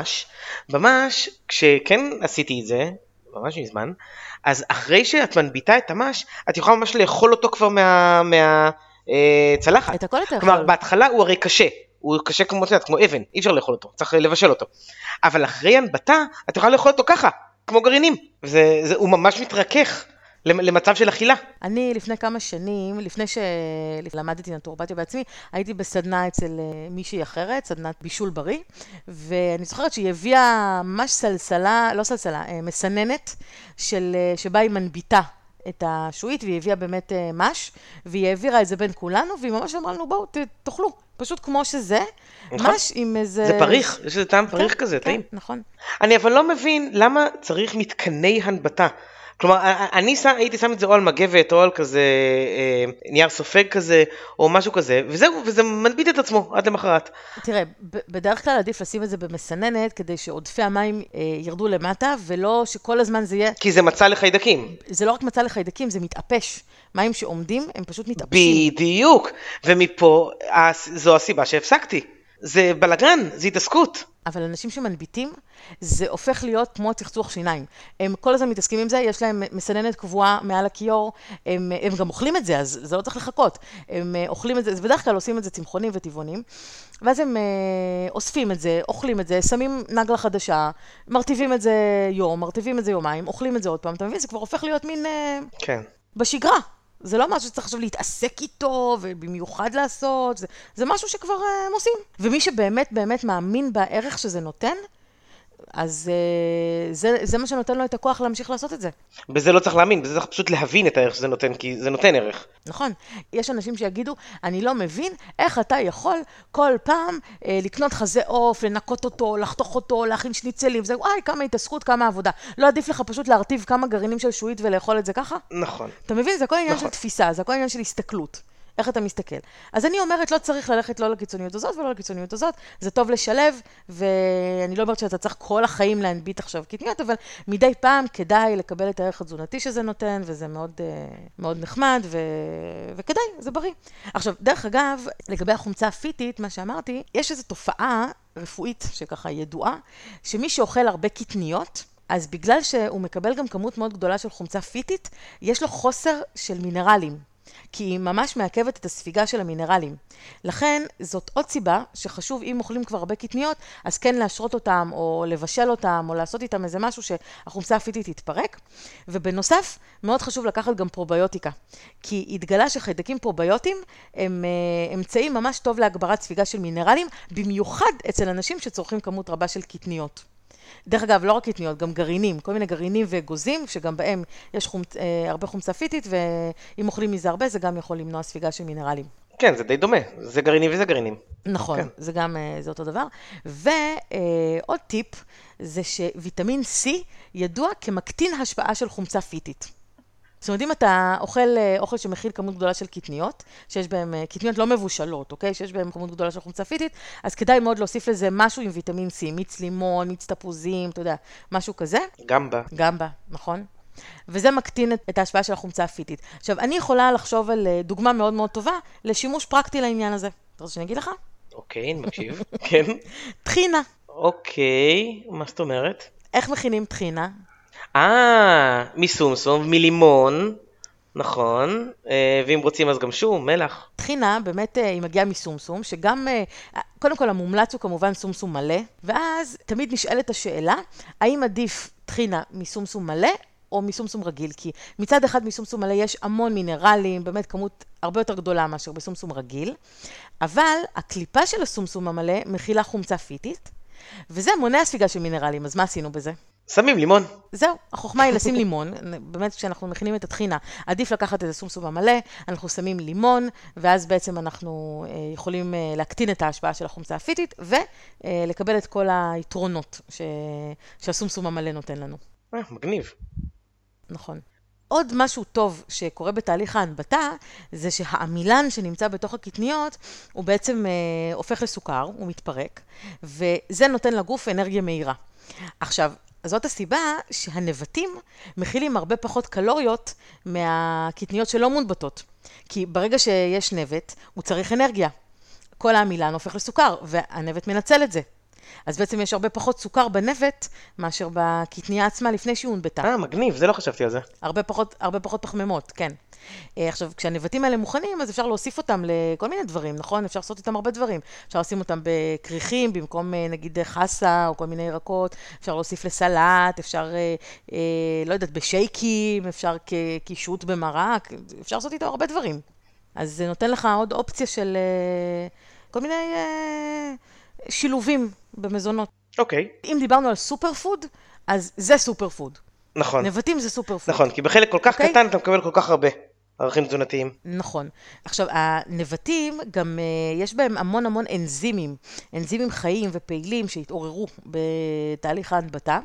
במש, כשכן עשיתי את זה, ממש מזמן, אז אחרי שאת מנביטה את המש, את יכולה ממש לאכול אותו כבר מהצלחת.
את הכל אתה יכול.
כלומר, בהתחלה הוא הרי קשה. הוא קשה כמו אבן, אי אפשר לאכול אותו, צריך לבשל אותו. אבל אחרי הנבטה, את יכולה לאכול אותו ככה, כמו גרעינים. הוא ממש מתרכך למצב של אכילה.
אני לפני כמה שנים, לפני שלמדתי נטורופתיה בעצמי, הייתי בסדנה אצל מישהי אחרת, סדנת בישול בריא, ואני זוכרת שהיא הביאה ממש מסננת שבה היא מנביטה את השועית, והיא הביאה באמת מש, והיא העבירה את זה בין כולנו, והיא ממש אמרה לנו, בואו, תאכלו, פשוט כמו שזה, מש עם איזה...
זה פריך, יש איזה טעם פריך כזה, טעים.
כן, נכון.
אני אבל לא מבין למה צריך מתקני הנבטה. כלומר, אני הייתי שם את זה או על מגבת, או על כזה נייר סופג כזה, או משהו כזה, וזהו, וזה מנביט את עצמו עד למחרת.
תראה, בדרך כלל עדיף לשים את זה במסננת, כדי שעודפי המים ירדו למטה, ולא שכל הזמן זה יהיה...
כי זה מצע לחיידקים.
זה לא רק מצע לחיידקים, זה מתאפש. מים שעומדים, הם פשוט מתאפשים.
בדיוק, ומפה זו הסיבה שהפסקתי. זה בלגן, זה התעסקות.
אבל אנשים שמנביטים, זה הופך להיות כמו צחצוח שיניים. הם כל הזמן מתעסקים עם זה, יש להם מסננת קבועה מעל הכיור, הם גם אוכלים את זה, אז זה לא צריך לחכות. הם אוכלים את זה, בדרך כלל עושים את זה צמחונים וטבעונים, ואז הם אוספים את זה, אוכלים את זה, שמים נגלה חדשה, מרטיבים את זה יום, מרטיבים את זה יומיים, אוכלים את זה עוד פעם, אתה מבין? זה כבר הופך להיות מין...
כן.
בשגרה. זה לא משהו שצריך עכשיו להתעסק איתו, ובמיוחד לעשות, זה משהו שכבר הם עושים. ומי שבאמת באמת מאמין בערך שזה נותן, אז זה מה שנותן לו את הכוח להמשיך לעשות את זה.
בזה לא צריך להאמין, בזה צריך פשוט להבין את הערך שזה נותן, כי זה נותן ערך.
נכון. יש אנשים שיגידו, אני לא מבין איך אתה יכול כל פעם לקנות חזה עוף, לנקות אותו, לחתוך אותו, להכין שניצלים, וזה, וואי, כמה התעסקות, כמה עבודה. לא עדיף לך פשוט להרטיב כמה גרעינים של שועית ולאכול את זה ככה?
נכון.
אתה מבין? זה הכל עניין של תפיסה, זה הכל עניין של הסתכלות. איך אתה מסתכל. אז אני אומרת, לא צריך ללכת לא לקיצוניות הזאת ולא לקיצוניות הזאת, זה טוב לשלב, ואני לא אומרת שאתה צריך כל החיים להנביט עכשיו קטניות, אבל מדי פעם כדאי לקבל את הערך התזונתי שזה נותן, וזה מאוד, מאוד נחמד, וכדאי, זה בריא. עכשיו, דרך אגב, לגבי החומצה הפיטית, מה שאמרתי, יש איזו תופעה רפואית שככה ידועה, שמי שאוכל הרבה קטניות, אז בגלל שהוא מקבל גם כמות מאוד גדולה של חומצה פיטית, יש לו חוסר של מינרלים, כי היא ממש מעכבת את הספיגה של המינרלים. לכן זאת עוד סיבה שחשוב, אם אוכלים כבר הרבה קטניות, אז כן להשרות אותם או לבשל אותם או לעשות איתם איזה משהו שהחומצה הפיטית תתפרק. ובנוסף, מאוד חשוב לקחת גם פרוביוטיקה, כי התגלה שחיידקים פרוביוטיים הם אמצעים ממש טוב להגברת ספיגה של מינרלים, במיוחד אצל אנשים שצורכים כמות רבה של קטניות. דרך אגב, לא רק קטניות, גם גרעינים, כל מיני גרעינים וגוזים, שגם בהם יש הרבה חומצה פיטית, ואם אוכלים מזה הרבה, זה גם יכול למנוע ספיגה של מינרלים.
כן, זה די דומה, זה גרעינים וזה גרעינים.
נכון,
כן.
זה גם, זה אותו דבר. ועוד טיפ, זה שוויטמין C ידוע כמקטין השפעה של חומצה פיטית. זאת אומרת, אם אתה אוכל שמכיל כמות גדולה של קטניות, שיש בהם קטניות לא מבושלות, אוקיי? שיש בהם כמות גדולה של חומצה פיטית, אז כדאי מאוד להוסיף לזה משהו עם ויטמין C, מיץ לימון, מיץ תפוזים, אתה יודע, משהו כזה. גמבה, נכון? וזה מקטין את ההשפעה של החומצה הפיטית. עכשיו, אני יכולה לחשוב על דוגמה מאוד מאוד טובה לשימוש פרקטי לעניין הזה. אתה רוצה שאני אגיד לך?
אוקיי, מקשיב. כן.
טחינה.
אוקיי, מה זאת אומרת?
איך מכינים טחינה?
מסומסום, מלימון, נכון, ואם רוצים אז גם שום, מלח.
טחינה באמת היא מגיעה מסומסום, שגם, קודם כל המומלץ הוא כמובן סומסום מלא, ואז תמיד נשאלת השאלה, האם עדיף טחינה מסומסום מלא או מסומסום רגיל? כי מצד אחד מסומסום מלא יש המון מינרלים, באמת כמות הרבה יותר גדולה מאשר בסומסום רגיל, אבל הקליפה של הסומסום המלא מכילה חומצה פיטית, וזה מונע ספיגה של מינרלים, אז מה עשינו בזה?
שמים לימון.
זהו, החוכמה היא לשים לימון, באמת כשאנחנו מכינים את הטחינה, עדיף לקחת את הסומסום המלא, אנחנו שמים לימון, ואז בעצם אנחנו יכולים להקטין את ההשפעה של החומצה הפיטית, ולקבל את כל היתרונות שהסומסום המלא נותן לנו.
מגניב.
נכון. עוד משהו טוב שקורה בתהליך ההנבטה, זה שהעמילן שנמצא בתוך הקטניות, הוא בעצם הופך לסוכר, הוא מתפרק, וזה נותן לגוף אנרגיה מהירה. עכשיו, זאת הסיבה שהנבטים מכילים הרבה פחות קלוריות מהקטניות שלא מונבטות. כי ברגע שיש נבט, הוא צריך אנרגיה. כל העמילן הופך לסוכר, והנבט מנצל את זה. אז בעצם יש הרבה פחות סוכר בנבט, מאשר בקטניה עצמה לפני שהיא הונבטה.
מגניב, זה לא חשבתי על זה.
הרבה פחות פחמימות, כן. עכשיו, כשהנבטים האלה מוכנים, אז אפשר להוסיף אותם לכל מיני דברים, נכון? אפשר לעשות איתם הרבה דברים. אפשר לשים אותם בכריכים, במקום נגיד חסה, או כל מיני ירקות. אפשר להוסיף לסלט, אפשר, לא יודעת, בשייקים, אפשר כקישוט במרק, אפשר לעשות איתם הרבה דברים. אז זה נותן לך עוד אופציה של כל מיני שילובים במזונות.
אוקיי.
אם דיברנו על סופר פוד, אז זה סופר פוד.
נכון.
נבטים זה סופר פוד.
נכון, כי בחלק כל כך קטן אתה מקבל כל כך הרבה ערכים תזונתיים.
נכון. עכשיו, הנבטים גם יש בהם המון המון אנזימים, אנזימים חיים ופעילים שהתעוררו בתהליך ההנבטה,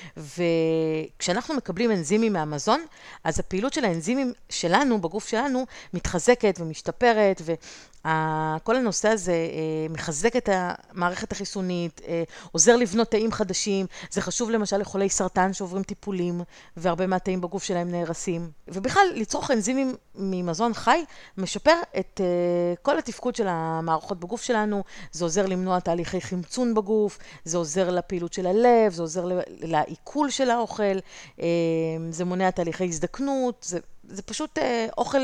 וכשאנחנו מקבלים אנזימים מהמזון, אז הפעילות של האנזימים שלנו, בגוף שלנו, מתחזקת ומשתפרת, כל הנושא הזה מחזק את המערכת החיסונית, עוזר לבנות תאים חדשים, זה חשוב למשל לחולי סרטן שעוברים טיפולים, והרבה מהתאים בגוף שלהם נהרסים. ובכלל, לצרוך אנזימים ממזון חי, משפר את כל התפקוד של המערכות בגוף שלנו, זה עוזר למנוע תהליכי חמצון בגוף, זה עוזר לפעילות של הלב, זה עוזר לעיכול של האוכל, זה מונע תהליכי הזדקנות, זה פשוט אוכל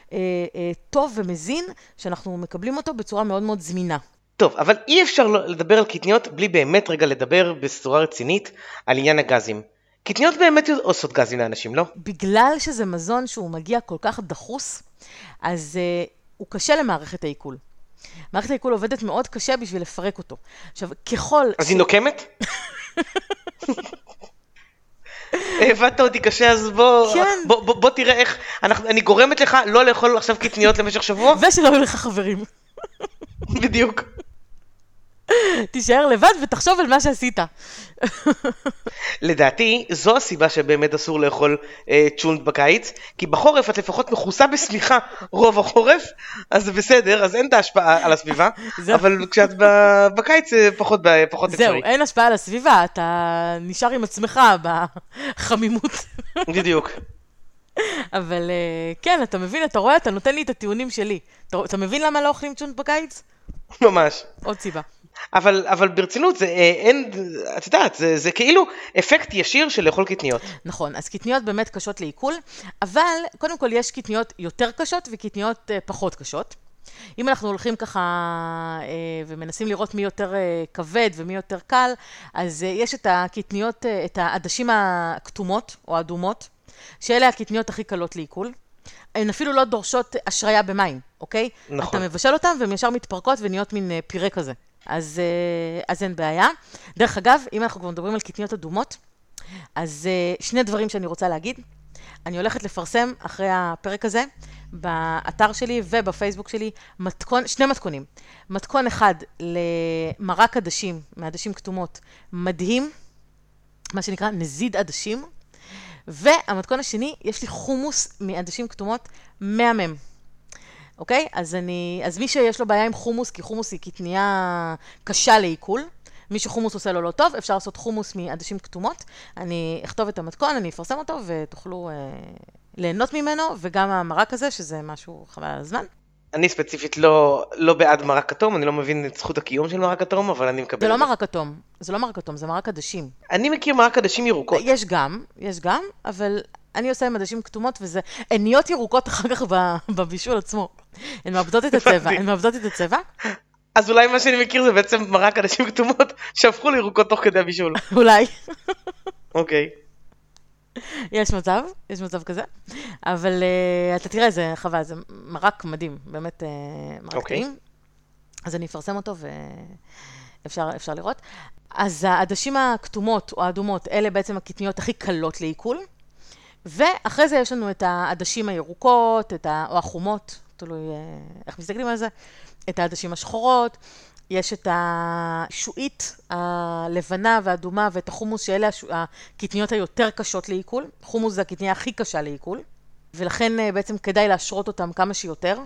טוב ומזין, שאנחנו מקבלים אותו בצורה מאוד מאוד זמינה.
טוב, אבל אי אפשר לדבר על קטניות בלי באמת רגע לדבר בצורה רצינית על עניין הגזים. קטניות באמת עושות גזים לאנשים, לא?
בגלל שזה מזון שהוא מגיע כל כך דחוס, אז הוא קשה למערכת העיכול. מערכת העיכול עובדת מאוד קשה בשביל לפרק אותו. עכשיו, ככל...
אז היא נוקמת? הבאת אותי קשה, אז בוא תראה איך, אני גורמת לך לא לאכול עכשיו קטניות למשך שבוע.
ושלא יהיו לך חברים.
בדיוק.
תישאר לבד ותחשוב על מה שעשית.
לדעתי, זו הסיבה שבאמת אסור לאכול צ'ונט בקיץ, כי בחורף את לפחות מכוסה בסמיכה רוב החורף, אז זה בסדר, אז אין את ההשפעה על הסביבה, אבל כשאת בקיץ זה פחות אפשרי.
זהו, אין השפעה על הסביבה, אתה נשאר עם עצמך בחמימות.
בדיוק.
אבל כן, אתה מבין, אתה רואה, אתה נותן לי את הטיעונים שלי. אתה מבין למה לא אוכלים צ'ונט בקיץ?
ממש.
עוד סיבה.
אבל ברצינות, זה אין, את יודעת, זה כאילו אפקט ישיר של לאכול קטניות.
נכון, אז קטניות באמת קשות לעיכול, אבל קודם כל יש קטניות יותר קשות וקטניות פחות קשות. אם אנחנו הולכים ככה ומנסים לראות מי יותר כבד ומי יותר קל, אז יש את הקטניות, את העדשים הכתומות או האדומות, שאלה הקטניות הכי קלות לעיכול. הן אפילו לא דורשות השריה במים, אוקיי?
נכון.
אתה מבשל אותן והן ישר מתפרקות ונהיות מין פירה כזה. אז אין בעיה. דרך אגב, אם אנחנו כבר מדברים על קטניות אדומות, אז שני דברים שאני רוצה להגיד. אני הולכת לפרסם אחרי הפרק הזה, באתר שלי ובפייסבוק שלי, שני מתכונים. מתכון אחד למרק עדשים, מעדשים כתומות, מדהים, מה שנקרא נזיד עדשים, והמתכון השני, יש לי חומוס מעדשים כתומות מהמם. אוקיי? אז מי שיש לו בעיה עם חומוס, כי חומוס היא קטניה קשה לעיכול, מי שחומוס עושה לו לא טוב, אפשר לעשות חומוס מעדשים כתומות. אני אכתוב את המתכון, אני אפרסם אותו, ותוכלו ליהנות ממנו, וגם המרק הזה, שזה משהו חבל על הזמן.
אני ספציפית לא בעד מרק כתום, אני לא מבין את זכות הקיום של מרק כתום, אבל אני מקבל.
זה לא מרק כתום, זה מרק עדשים.
אני מכיר מרק עדשים ירוקות.
יש גם, אבל אני עושה עם עדשים כתומות, וזה עניות ירוקות אחר כך בבישול עצמו. הן מאבדות את הצבע.
אז אולי מה שאני מכיר זה בעצם מרק עדשים כתומות, שהפכו לירוקות תוך כדי הבישול.
אולי.
אוקיי.
יש מצב כזה, אבל אתה תראה, זה חבל, זה מרק מדהים, באמת מרק טעים, אז אני אפרסם אותו ואפשר לראות. אז העדשים הכתומות או האדומות, אלה בעצם הקטניות הכי קלות לעיכול, ואחרי זה יש לנו את העדשים הירוקות, או החומות, תלוי איך מסתכלים על זה, את העדשים השחורות, יש את השועית הלבנה והאדומה ואת החומוס, שאלה הקטניות היותר קשות לעיכול. חומוס זה הקטניה הכי קשה לעיכול, ולכן בעצם כדאי להשרות אותם כמה שיותר,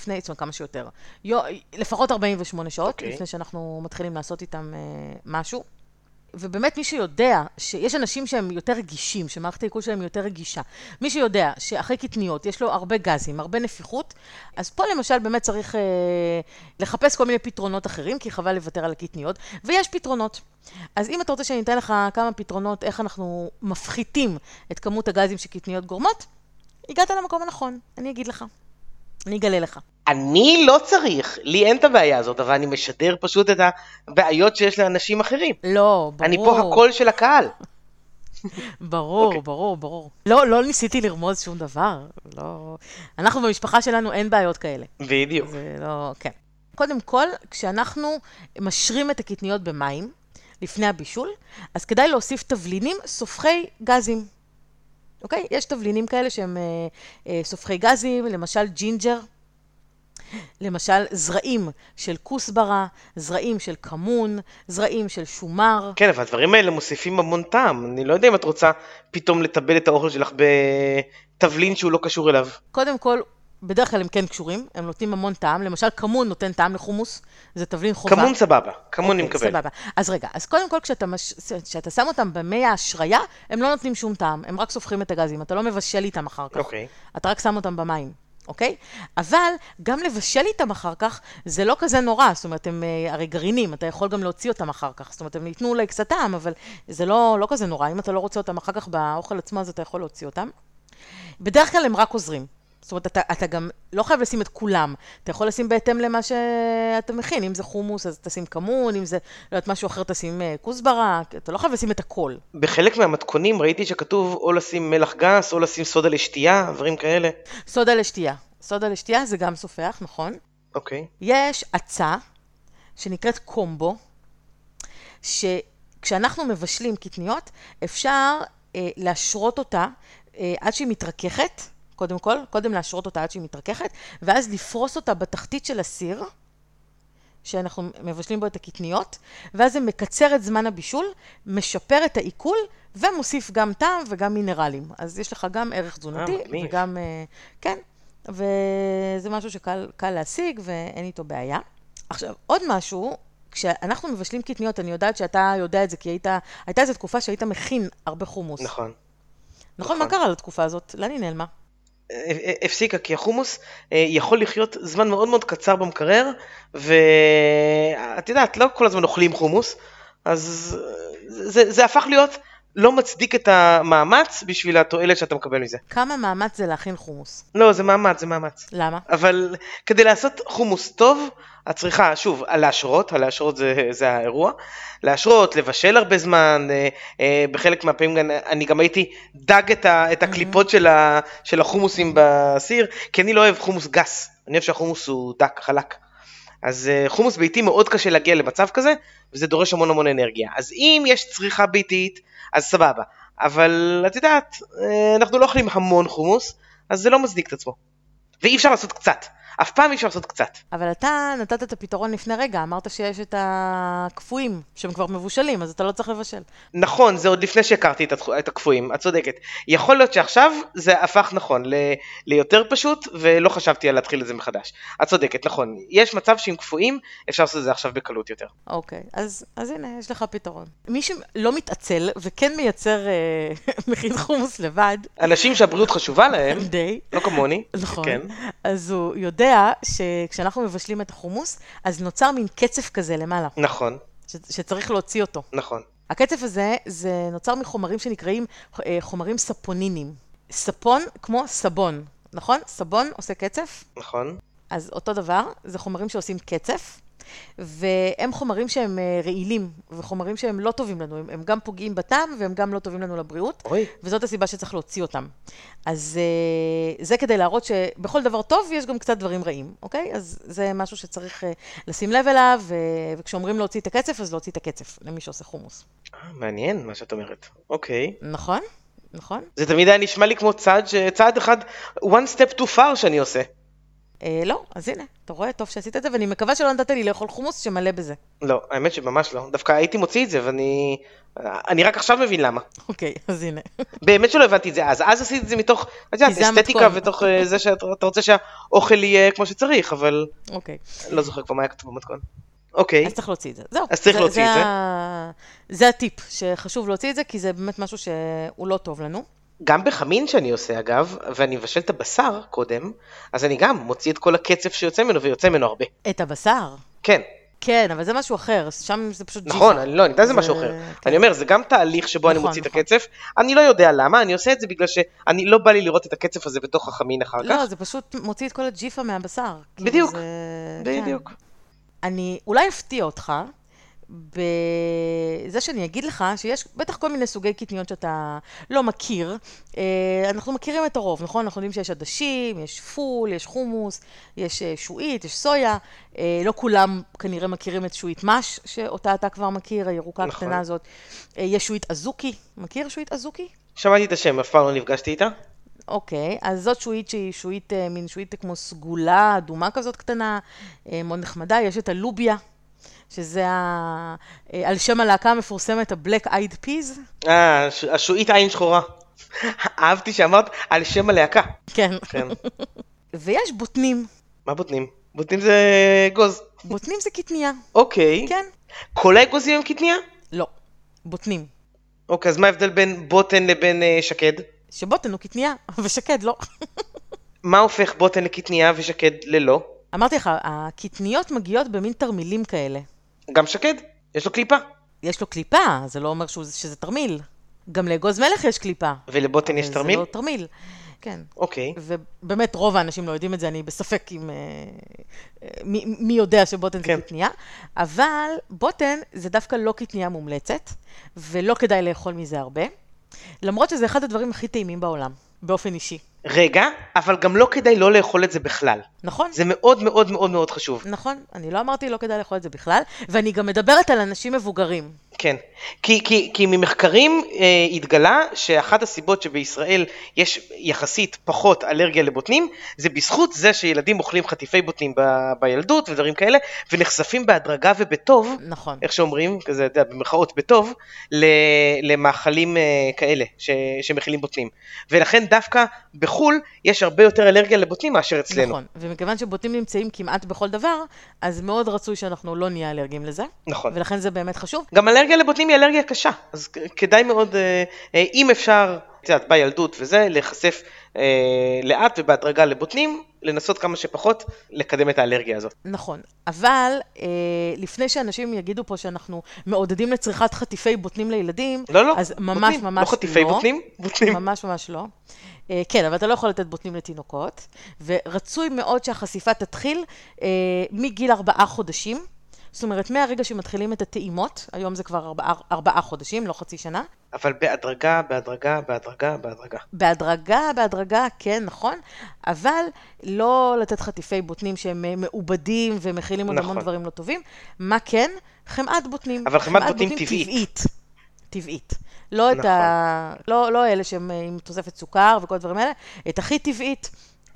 לפחות 48 שעות, לפני שאנחנו מתחילים לעשות איתם משהו. ובאמת מי שיודע שיש אנשים שהם יותר רגישים, שמערכת העיכול שלהם יותר רגישה, מי שיודע שאחרי קטניות יש לו הרבה גזים, הרבה נפיחות, אז פה למשל באמת צריך לחפש כל מיני פתרונות אחרים, כי חבל לוותר על הקטניות, ויש פתרונות. אז אם אתה רוצה שאני אתן לך כמה פתרונות, איך אנחנו מפחיתים את כמות הגזים שקטניות גורמות, הגעת למקום הנכון, אני אגיד לך, אני אגלה לך.
אני לא צריך, לי אין את הבעיה הזאת, אבל אני משדר פשוט את הבעיות שיש לאנשים אחרים.
לא, ברור.
אני פה הקול של הקהל.
ברור. לא ניסיתי לרמוז שום דבר. לא. אנחנו במשפחה שלנו אין בעיות כאלה.
בדיוק.
זה לא, כן. קודם כל, כשאנחנו משרים את הקטניות במים, לפני הבישול, אז כדאי להוסיף תבלינים סופחי גזים. אוקיי? יש תבלינים כאלה שהם סופחי גזים, למשל ג'ינג'ר, למשל זרעים של כוסברה, זרעים של כמון, זרעים של שומר.
כן, אבל הדברים האלה מוסיפים המון טעם. אני לא יודע אם את רוצה פתאום לטבל את האוכל שלך בתבלין שהוא לא קשור אליו.
קודם כל, בדרך כלל הם כן קשורים, הם נותנים המון טעם. למשל כמון נותן טעם לחומוס, זה תבלין חובה.
כמון סבבה, כמון אני מקבל.
סבבה. אז רגע, אז קודם כל כשאתה שם אותם במי ההשריה, הם לא נותנים שום טעם, הם רק סופחים את הגזים, אתה לא מבשל איתם אחר כך.
אוקיי.
אתה רק שם אותם במים. אוקיי? אבל גם לבשל איתם אחר כך, זה לא כזה נורא, זאת אומרת, הם הרי גרעינים, אתה יכול גם להוציא אותם אחר כך, זאת אומרת, הם ייתנו אולי קצת טעם, אבל זה לא כזה נורא, אם אתה לא רוצה אותם אחר כך באוכל עצמו, אז אתה יכול להוציא אותם. בדרך כלל הם רק עוזרים, זאת אומרת, אתה גם לא חייב לשים את כולם, אתה יכול לשים בהתאם למה שאתה מכין, אם זה חומוס, אז תשים כמון, אם זה לא יודעת משהו אחר, תשים כוסברה, אתה לא חייב לשים את הכל.
בחלק מהמתכונים ראיתי שכתוב או לשים מלח גס, או לשים סודה לשתייה, דברים כאלה.
סודה לשתייה זה גם סופח, נכון?
אוקיי.
יש עצה שנקראת קומבו, שכשאנחנו מבשלים קטניות, אפשר להשרות אותה עד שהיא מתרככת, קודם להשרות אותה עד שהיא מתרככת, ואז לפרוס אותה בתחתית של הסיר, שאנחנו מבשלים בו את הקטניות, ואז זה מקצר את זמן הבישול, משפר את העיכול, ומוסיף גם טעם וגם מינרלים. אז יש לך גם ערך תזונתי, וגם, כן, וזה משהו שקל להשיג, ואין איתו בעיה. עכשיו, עוד משהו, כשאנחנו מבשלים קטניות, אני יודעת שאתה יודע את זה, כי הייתה איזו תקופה שהיית מכין הרבה חומוס. נכון, מה קרה לתקופה הזאת? לאן היא נעלמה?
הפסיקה, כי החומוס יכול לחיות זמן מאוד מאוד קצר במקרר, ואת יודעת, לא כל הזמן אוכלים חומוס, אז זה הפך להיות לא מצדיק את המאמץ בשביל התועלת שאתה מקבל מזה.
כמה מאמץ זה להכין חומוס?
לא, זה מאמץ.
למה?
אבל כדי לעשות חומוס טוב, את צריכה, שוב, להשרות זה האירוע, להשרות, לבשל הרבה זמן, בחלק מהפעמים אני גם הייתי דג את הקליפות של החומוסים בסיר, כי אני לא אוהב חומוס גס, אני אוהב שהחומוס הוא דק, חלק. אז חומוס ביתי מאוד קשה להגיע למצב כזה, וזה דורש המון אנרגיה. אז אם יש צריכה ביתית, אז סבבה. אבל את יודעת, אנחנו לא אוכלים המון חומוס, אז זה לא מצדיק את עצמו. ואי אפשר לעשות קצת. אף פעם אי אפשר לעשות קצת.
אבל אתה נתת את הפתרון לפני רגע, אמרת שיש את הקפואים, שהם כבר מבושלים, אז אתה לא צריך לבשל.
נכון, זה עוד לפני שהכרתי את הקפואים, את צודקת. יכול להיות שעכשיו זה הפך נכון, ליותר פשוט, ולא חשבתי על להתחיל את זה מחדש. את צודקת, נכון. יש מצב שעם קפואים, אפשר לעשות את זה עכשיו בקלות יותר.
אוקיי, אז הנה, יש לך פתרון. מי שלא מתעצל, וכן מייצר מכין חומוס לבד.
אנשים שהבריאות חשובה להם,
די.
לא כמוני.
נכון.
כן.
אז הוא יודע שכשאנחנו מבשלים את החומוס, אז נוצר מין קצף כזה למעלה.
נכון.
שצריך להוציא אותו.
נכון.
הקצף הזה, זה נוצר מחומרים שנקראים חומרים ספונינים. ספון כמו סבון, נכון? סבון עושה קצף.
נכון.
אז אותו דבר, זה חומרים שעושים קצף, והם חומרים שהם רעילים, וחומרים שהם לא טובים לנו, הם גם פוגעים בטעם, והם גם לא טובים לנו לבריאות, וזאת הסיבה שצריך להוציא אותם. אז זה כדי להראות שבכל דבר טוב יש גם קצת דברים רעים, אוקיי? אז זה משהו שצריך לשים לב אליו, וכשאומרים להוציא את הקצף, אז להוציא את הקצף, למי שעושה חומוס.
מעניין מה שאת אומרת, אוקיי.
נכון, נכון.
זה תמיד היה נשמע לי כמו צעד אחד, one step too far שאני עושה.
לא, אז הנה, אתה רואה, טוב שעשית את זה, ואני מקווה שלא נתת לי לאכול חומוס שמלא בזה.
לא, האמת שממש לא. דווקא הייתי מוציא את זה, אני רק עכשיו מבין למה.
אוקיי, אז הנה.
באמת שלא הבנתי את זה אז עשיתי את זה מתוך אסתטיקה, ותוך זה שאתה רוצה שהאוכל יהיה כמו שצריך, אבל לא זוכר כבר מה היה כתוב במתכון. אוקיי.
אז צריך להוציא את זה. זהו.
אז צריך להוציא את זה.
זה הטיפ, שחשוב להוציא את זה, כי זה באמת משהו שהוא לא טוב לנו.
גם בחמין שאני עושה אגב, ואני מבשל את הבשר קודם, אז אני גם מוציא את כל הקצף שיוצא ממנו, ויוצא ממנו הרבה.
את הבשר?
כן.
כן, אבל זה משהו אחר, שם זה פשוט ג'יפה.
נכון, אני יודע זה משהו אחר. אני אומר, זה גם תהליך שבו אני מוציא את הקצף, אני לא יודע למה, אני עושה את זה בגלל שאני לא בא לי לראות את הקצף הזה בתוך החמין אחר כך.
לא, זה פשוט מוציא את כל הג'יפה מהבשר.
בדיוק, בדיוק.
אני אולי אפתיע אותך, בזה שאני אגיד לך שיש בטח כל מיני סוגי קטניות שאתה לא מכיר. אנחנו מכירים את הרוב, נכון? אנחנו יודעים שיש עדשים, יש פול, יש חומוס, יש שועית, יש סויה. לא כולם כנראה מכירים את שועית מש, שאותה אתה כבר מכיר, הירוקה הקטנה הזאת. יש שועית אזוקי. מכיר שועית אזוקי?
שמעתי את השם, אף פעם לא נפגשתי איתה.
אוקיי, אז זאת שועית שהיא שועית, מין שועית כמו סגולה, אדומה כזאת קטנה, מאוד נחמדה. יש את הלוביה, שזה על שם הלהקה המפורסמת, ה-Black Eyed Peas.
השועית עין שחורה. אהבתי שאמרת על שם הלהקה.
כן. ויש בוטנים.
מה בוטנים? בוטנים זה גוז.
בוטנים זה קטניה.
אוקיי.
כן.
כל האגוזים הם קטניה?
לא, בוטנים.
אוקיי, אז מה ההבדל בין בוטן לבין שקד?
שבוטן הוא קטניה, ושקד לא.
מה הופך בוטן לקטניה ושקד ללא?
אמרתי לך, הקטניות מגיעות במין תרמילים כאלה.
גם שקד? יש לו קליפה?
יש לו קליפה, זה לא אומר שזה תרמיל. גם לאגוז מלך יש קליפה.
ולבוטן יש תרמיל?
זה לא תרמיל, כן.
אוקיי.
ובאמת רוב האנשים לא יודעים את זה, אני בספק עם מי יודע שבוטן זה קטניה. אבל בוטן זה דווקא לא קטניה מומלצת, ולא כדאי לאכול מזה הרבה. למרות שזה אחד הדברים הכי טעימים בעולם, באופן אישי.
רגע, אבל גם לא כדאי לא לאכול את זה בכלל.
נכון.
זה מאוד מאוד מאוד מאוד חשוב.
נכון, אני לא אמרתי לא כדאי לאכול את זה בכלל, ואני גם מדברת על אנשים מבוגרים.
כן, כי ממחקרים התגלה שאחת הסיבות שבישראל יש יחסית פחות אלרגיה לבוטנים, זה בזכות זה שילדים אוכלים חטיפי בוטנים בילדות ודברים כאלה, ונחשפים בהדרגה ובטוב,
נכון.
איך שאומרים, כזה, במרכאות בטוב, למאכלים כאלה שמכילים בוטנים. ולכן דווקא בחול יש הרבה יותר אלרגיה לבוטנים מאשר אצלנו.
נכון, ומכיוון שבוטנים נמצאים כמעט בכל דבר, אז מאוד רצוי שאנחנו לא נהיה אלרגיים לזה.
נכון.
ולכן זה באמת חשוב.
גם אלרגיה לבוטנים היא אלרגיה קשה, אז כדאי מאוד, אם אפשר, בילדות וזה, להיחשף לאט ובהדרגה לבוטנים, לנסות כמה שפחות לקדם את האלרגיה הזאת.
נכון, אבל לפני שאנשים יגידו פה שאנחנו מעודדים לצריכת חטיפי בוטנים לילדים,
לא,
אז ממש
בוטנים,
ממש
לא חטיפי בוטנים, בוטנים.
ממש ממש לא. כן, אבל אתה לא יכול לתת בוטנים לתינוקות, ורצוי מאוד שהחשיפה תתחיל מגיל 4 חודשים, זאת אומרת, מהרגע שמתחילים את הטעימות, היום זה כבר 4 חודשים, לא חצי שנה.
אבל בהדרגה, בהדרגה, בהדרגה, בהדרגה.
בהדרגה, כן, נכון, אבל לא לתת חטיפי בוטנים שהם מעובדים ומכילים עוד המון דברים לא טובים. מה כן? חמאת בוטנים.
אבל חמאת בוטנים טבעית.
טבעית. לא את לא אלה שהם עם תוספת סוכר וכל הדברים האלה, את הכי טבעית.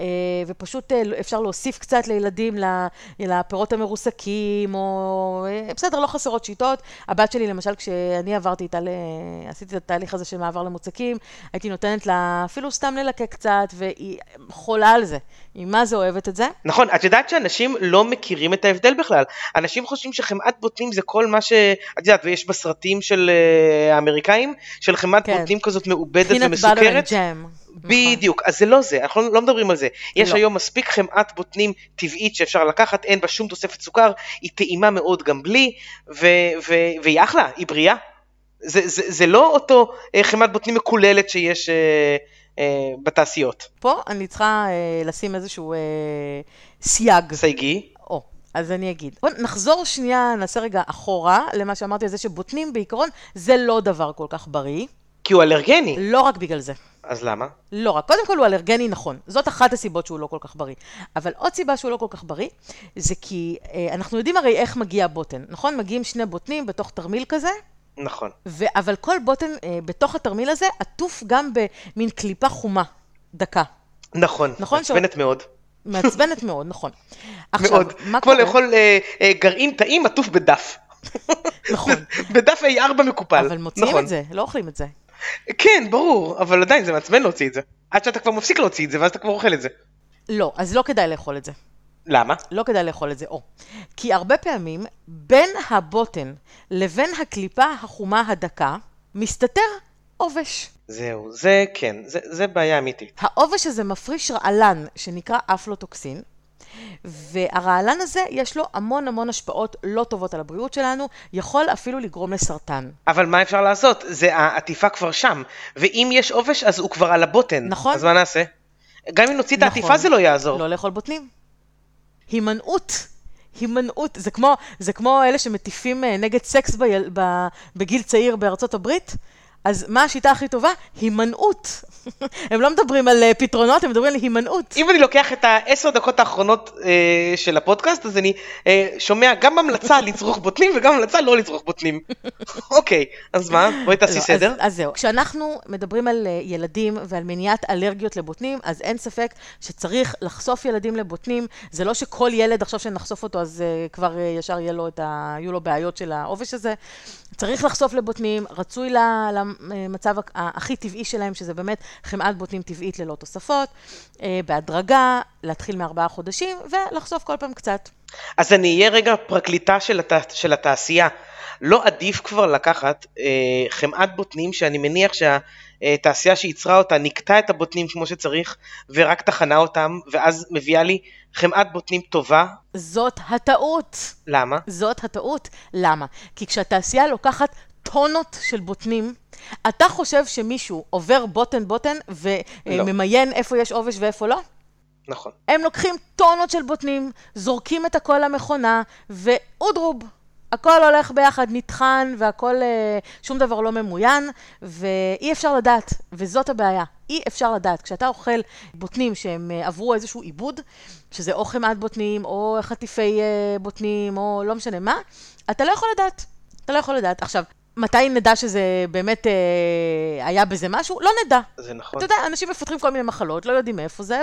ופשוט אפשר להוסיף קצת לילדים, לפירות המרוסקים, או בסדר, לא חסרות שיטות. הבת שלי, למשל, כשאני עברתי איתה, עשיתי את התהליך הזה של מעבר למוצקים, הייתי נותנת לה אפילו סתם ללקק קצת, והיא חולה על זה. היא מה זה אוהבת את זה?
נכון, את יודעת שאנשים לא מכירים את ההבדל בכלל. אנשים חושבים שחמאת בוטנים זה כל מה את יודעת, ויש בסרטים של האמריקאים, של חמאת בוטנים כזאת מעובדת ומסוכרת. בדיוק, אז זה לא זה, אנחנו לא מדברים על זה. יש היום מספיק חמאת בוטנים טבעית שאפשר לקחת, אין בה שום תוספת סוכר, היא טעימה מאוד גם בלי, והיא אחלה, היא בריאה. זה לא אותו חמאת בוטנים מקוללת שיש בתעשיות.
פה אני צריכה לשים איזשהו סייג.
סייגי.
אז אני אגיד. בוא נחזור שנייה, נעשה רגע אחורה, למה שאמרתי על זה שבוטנים בעיקרון, זה לא דבר כל כך בריא.
כי הוא אלרגני.
לא רק בגלל זה.
אז למה?
לא רק. קודם כל הוא אלרגני, נכון. זאת אחת הסיבות שהוא לא כל כך בריא. אבל עוד סיבה שהוא לא כל כך בריא, זה כי אנחנו יודעים הרי איך מגיע בוטן. נכון? מגיעים 2 בוטנים בתוך תרמיל כזה.
נכון.
אבל כל בוטן בתוך התרמיל הזה, עטוף גם במין קליפה חומה, דקה.
נכון. מעצבנת מאוד.
מעצבנת מאוד, נכון.
מאוד. כמו לאכול גרעין טעים עטוף בדף.
נכון.
בדף A4 מקופל.
אבל מוציאים את זה, לא אוכלים את זה.
כן, ברור, אבל עדיין זה מעצבן להוציא את זה. עד שאתה כבר מפסיק להוציא את זה, ואז אתה כבר אוכל את זה.
לא, אז לא כדאי לאכול את זה.
למה?
לא כדאי לאכול את זה, כי הרבה פעמים, בין הבוטן לבין הקליפה החומה הדקה, מסתתר עובש.
זהו, זה כן, זה בעיה אמיתית.
העובש הזה מפריש רעלן, שנקרא אפלוטוקסין, והרעלן הזה יש לו המון השפעות לא טובות על הבריאות שלנו, יכול אפילו לגרום לסרטן.
אבל מה אפשר לעשות? זה העטיפה כבר שם, ואם יש עובש אז הוא כבר על הבוטן.
נכון.
אז מה נעשה? גם אם נוציא את העטיפה זה לא יעזור.
לא לאכול בוטנים. הימנעות, זה כמו אלה שמטיפים נגד סקס בגיל צעיר בארצות הברית, אז מה השיטה הכי טובה? הימנעות. הם לא מדברים על פתרונות, הם מדברים על הימנעות.
אם אני לוקח את 10 דקות האחרונות של הפודקאסט, אז אני שומע גם המלצה לצרוך בוטנים וגם המלצה לא לצרוך בוטנים. אוקיי, אז מה? בואי תעשי סדר.
אז זהו. כשאנחנו מדברים על ילדים ועל מניעת אלרגיות לבוטנים, אז אין ספק שצריך לחשוף ילדים לבוטנים. זה לא שכל ילד עכשיו שנחשוף אותו, אז כבר ישר יהיו לו בעיות של העובש הזה. צריך לחשוף לבוטנים, רצוי למצב הכי טבעי שלהם, שזה באמת חמאת בוטנים טבעית ללא תוספות, בהדרגה, להתחיל מ4 חודשים, ולחשוף כל פעם קצת.
אז אני אהיה רגע פרקליטה של התעשייה. לא עדיף כבר לקחת חמאת בוטנים, שאני מניח שהתעשייה שיצרה אותה נקטה את הבוטנים כמו שצריך, ורק תחנה אותם, ואז מביאה לי חמאת בוטנים טובה.
זאת הטעות.
למה?
זאת הטעות. למה? כי כשהתעשייה לוקחת טונות של בוטנים, אתה חושב שמישהו עובר בוטן וממיין איפה יש עובש ואיפה לא?
נכון.
הם לוקחים טונות של בוטנים, זורקים את הכל למכונה, ואודרוב. הכל הולך ביחד, נטחן, והכל, שום דבר לא ממוין, ואי אפשר לדעת, וזאת הבעיה. אי אפשר לדעת. כשאתה אוכל בוטנים שהם עברו איזשהו עיבוד, שזה או חמאת בוטנים, או חטיפי בוטנים, או לא משנה מה, אתה לא יכול לדעת. אתה לא יכול לדעת. עכשיו, מתי נדע שזה באמת היה בזה משהו? לא נדע.
זה נכון.
אתה יודע, אנשים מפתחים כל מיני מחלות, לא יודעים מאיפה זה,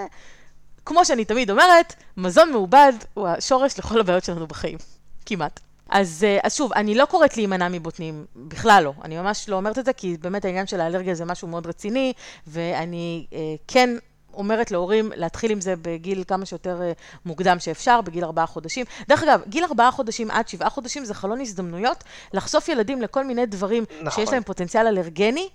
וכמו שאני תמיד אומרת, מזון מעובד הוא השורש לכל הבעיות שלנו בחיים. כמעט. אז שוב, אני לא קוראת להימנע מבוטנים, בכלל לא. אני ממש לא אומרת את זה, כי באמת העניין של האלרגיה זה משהו מאוד רציני, ואני כן אומרת להורים להתחיל עם זה בגיל כמה שיותר מוקדם שאפשר, בגיל 4 חודשים. דרך אגב, גיל 4 חודשים עד 7 חודשים זה חלון הזדמנויות לחשוף ילדים לכל מיני דברים שיש להם פוטנציאל אלרגני,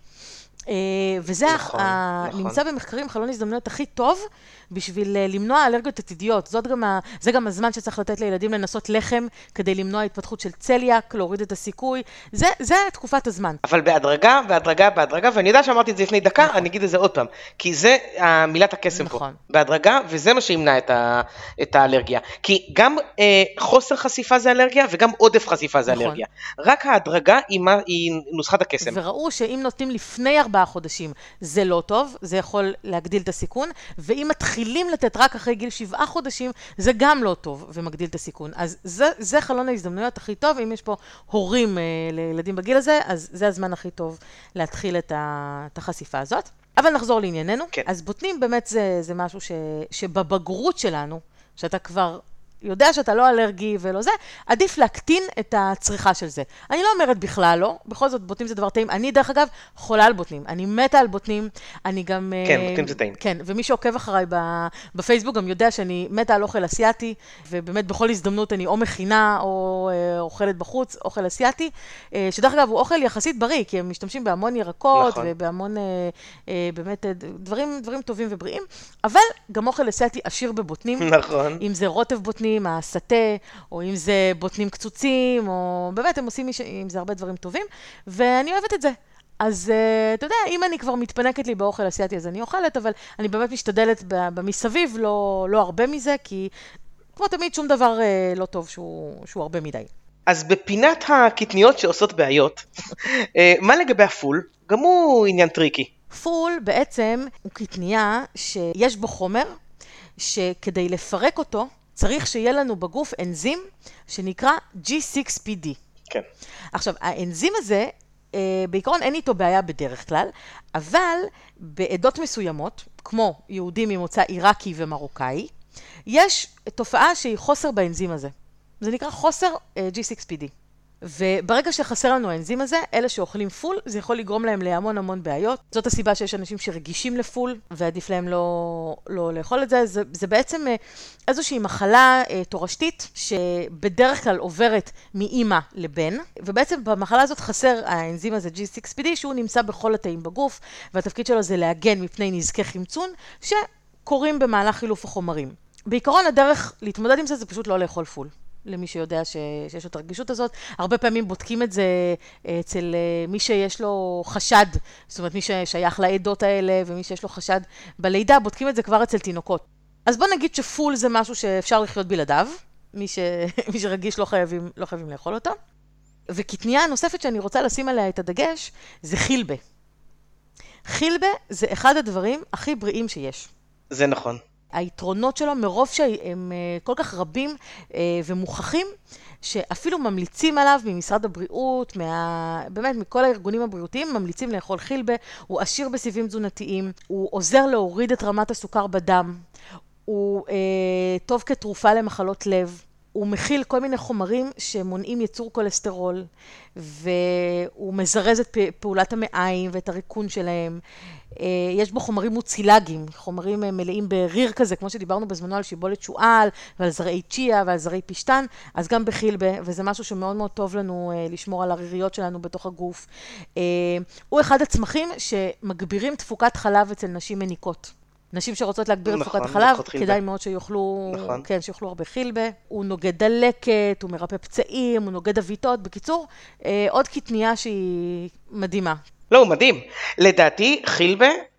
וזה נמצא במחקרים חלון הזדמנויות הכי טוב בשביל למנוע אלרגיות עתידיות. זה גם הזמן שצריך לתת לילדים לנסות לחם כדי למנוע התפתחות של צליאק, להוריד את הסיכוי. זה תקופת הזמן. אבל
בהדרגה, ואני יודע שאמרתי את זה לפני דקה, אני אגיד את זה עוד פעם, כי זה מילת הקסם פה. בהדרגה, וזה מה שימנע את האלרגיה. כי גם חוסר חשיפה זה אלרגיה, וגם עודף חשיפה זה אלרגיה. רק ההדרגה היא נוסחת הקסם.
וראו שאם נותנים לפני 4 חודשים, זה לא טוב, זה יכול להגדיל את הסיכון, ואם מתחילים לתת רק אחרי גיל 7 חודשים, זה גם לא טוב ומגדיל את הסיכון. אז זה חלון ההזדמנויות הכי טוב, אם יש פה הורים לילדים בגיל הזה, אז זה הזמן הכי טוב להתחיל את החשיפה הזאת. אבל נחזור לענייננו. כן. אז בוטנים באמת זה משהו שבבגרות שלנו, שאתה כבר יודע שאתה לא אלרגי ולא זה, עדיף להקטין את הצריכה של זה. אני לא אומרת בכלל לא, בכל זאת בוטנים זה דבר טעים. אני דרך אגב חולה על בוטנים, אני מתה על בוטנים, אני גם...
כן, בוטנים זה טעים.
כן, ומי שעוקב אחריי בפייסבוק גם יודע שאני מתה על אוכל אסיאתי, ובאמת בכל הזדמנות אני או מכינה או אוכלת בחוץ, אוכל אסיאתי, שדרך אגב הוא אוכל יחסית בריא, כי הם משתמשים בהמון ירקות, נכון. ובהמון באמת דברים טובים ובריאים, אבל גם אוכל אסיאתי עשיר בבוטנים, נכון. אם זה רוטב בוטנים, הסטה, או אם זה בוטנים קצוצים, או באמת הם עושים עם זה הרבה דברים טובים, ואני אוהבת את זה. אז אתה יודע, אם אני כבר מתפנקת לי באוכל אסיאתי, אז אני אוכלת, אבל אני באמת משתדלת במסביב, לא הרבה מזה, כי כמו תמיד שום דבר לא טוב שהוא הרבה מדי.
אז בפינת הקטניות שעושות בעיות, מה לגבי הפול? גם הוא עניין טריקי.
פול בעצם הוא קטניה שיש בו חומר, שכדי לפרק אותו, צריך שיהיה לנו בגוף אנזים שנקרא G6PD.
כן.
עכשיו, האנזים הזה, בעיקרון אין איתו בעיה בדרך כלל, אבל בעדות מסוימות, כמו יהודים ממוצא עיראקי ומרוקאי, יש תופעה שהיא חוסר באנזים הזה. זה נקרא חוסר G6PD. וברגע שחסר לנו האנזים הזה, אלה שאוכלים פול, זה יכול לגרום להם להמון בעיות. זאת הסיבה שיש אנשים שרגישים לפול, ועדיף להם לא לאכול את זה. זה בעצם איזושהי מחלה תורשתית, שבדרך כלל עוברת מאמא לבן, ובעצם במחלה הזאת חסר האנזים הזה G6PD, שהוא נמצא בכל התאים בגוף, והתפקיד שלו זה להגן מפני נזקי חמצון, שקורים במהלך חילוף החומרים. בעיקרון הדרך להתמודד עם זה פשוט לא לאכול פול. למי שיודע שיש את הרגישות הזאת. הרבה פעמים בודקים את זה אצל מי שיש לו חשד, זאת אומרת מי ששייך לעדות האלה ומי שיש לו חשד בלידה, בודקים את זה כבר אצל תינוקות. אז בוא נגיד שפול זה משהו שאפשר לחיות בלעדיו, מי שרגיש לא חייבים לאכול אותו. וקטניה הנוספת שאני רוצה לשים עליה את הדגש זה חילבה. חילבה זה אחד הדברים הכי בריאים שיש.
זה נכון.
היתרונות שלו מרוב שהם כל כך רבים ומוכחים, שאפילו ממליצים עליו ממשרד הבריאות, באמת מכל הארגונים הבריאותיים, ממליצים לאכול חילבה. הוא עשיר בסיבים תזונתיים, הוא עוזר להוריד את רמת הסוכר בדם, הוא טוב כתרופה למחלות לב, הוא מכיל כל מיני חומרים שמונעים ייצור כולסטרול, והוא מזרז את פעולת המעיים ואת הריקון שלהם. יש בו חומרים מוצילגיים, חומרים מלאים בריר כזה, כמו שדיברנו בזמנו על שיבולת שועל, ועל זרעי צ'יה ועל זרעי פשטן, אז גם בחילבה, וזה משהו שמאוד מאוד טוב לנו לשמור על הריריות שלנו בתוך הגוף. הוא אחד הצמחים שמגבירים תפוקת חלב אצל נשים מניקות. נשים שרוצות להגביר את תפוקת החלב, כדאי מאוד שיוכלו, כן, שיוכלו הרבה חילבה. הוא נוגד דלקת, הוא מרפא פצעים, הוא נוגד אביטות. בקיצור, עוד קטניה שהיא מדהימה.
לא, הוא מדהים. לדעתי, חילבה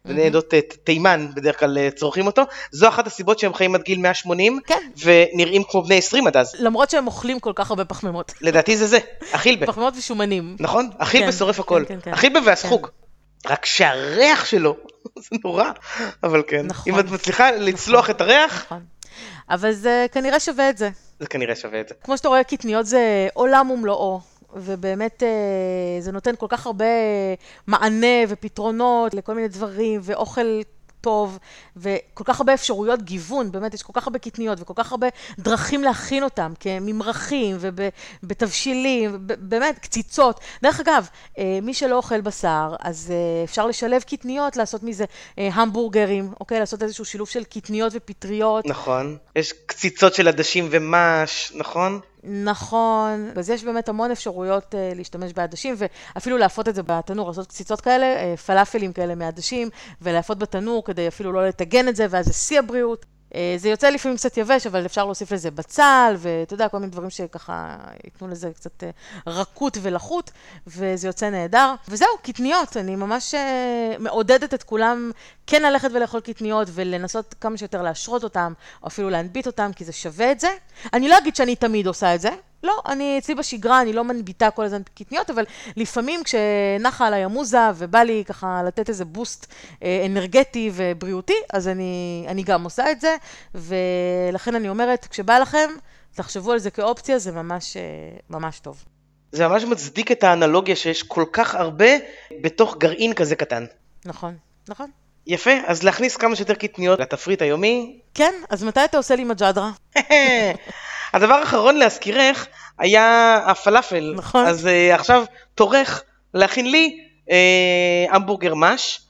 בני עדות תימן בדרך כלל צורכים אותו, זו אחת הסיבות שהם חיים עד גיל 180,
כן.
ונראים כמו בני 20 עד אז.
למרות שהם אוכלים כל כך הרבה פחמימות.
לדעתי זה, אכילבה.
פחמימות ושומנים.
נכון? אכילבה
כן,
שורף הכל.
כן, כן.
אכילבה והסחוג. רק שהריח שלו, זה נורא, אבל כן.
נכון.
אם את מצליחה לצלוח את הריח,
נכון. אבל זה כנראה שווה את זה.
זה כנראה שווה את זה.
כמו שאתה רואה, קטניות זה עולם ומלואו, ובאמת זה נותן כל כך הרבה מענה ופתרונות לכל מיני דברים, ואוכל טוב, וכל כך הרבה אפשרויות גיוון, באמת יש כל כך הרבה קטניות, וכל כך הרבה דרכים להכין אותם, כממרחים ובתבשילים, באמת קציצות. דרך אגב, מי שלא אוכל בשר, אז אפשר לשלב קטניות, לעשות מזה המבורגרים, אוקיי? לעשות איזשהו שילוב של קטניות ופטריות.
נכון. יש קציצות של עדשים ומש, נכון?
נכון, אז יש באמת המון אפשרויות להשתמש בעדשים, ואפילו להפות את זה בתנור, לעשות קציצות כאלה, פלאפלים כאלה מעדשים, ולהפות בתנור כדי אפילו לא לטגן את זה, ואז זה שיא הבריאות. זה יוצא לפעמים קצת יבש, אבל אפשר להוסיף לזה בצל, ואתה יודע, כל מיני דברים שככה ייתנו לזה קצת רכות ולחות, וזה יוצא נהדר. וזהו, קטניות, אני ממש מעודדת את כולם כן ללכת ולאכול קטניות, ולנסות כמה שיותר להשרות אותם, או אפילו להנביט אותם, כי זה שווה את זה. אני לא אגיד שאני תמיד עושה את זה, לא, אני אצלי בשגרה, אני לא מנביטה כל הזמן קטניות, אבל לפעמים כשנחה עליי המוזה ובא לי ככה לתת איזה בוסט אנרגטי ובריאותי, אז אני גם עושה את זה, ולכן אני אומרת, כשבא לכם, תחשבו על זה כאופציה, זה ממש, ממש טוב.
זה ממש מצדיק את האנלוגיה שיש כל כך הרבה בתוך גרעין כזה קטן.
נכון, נכון.
יפה, אז להכניס כמה שיותר קטניות לתפריט היומי.
כן, אז מתי אתה עושה לי מג'דרה?
הדבר האחרון להזכירך היה הפלאפל.
נכון.
אז עכשיו תורך להכין לי המבורגר מש.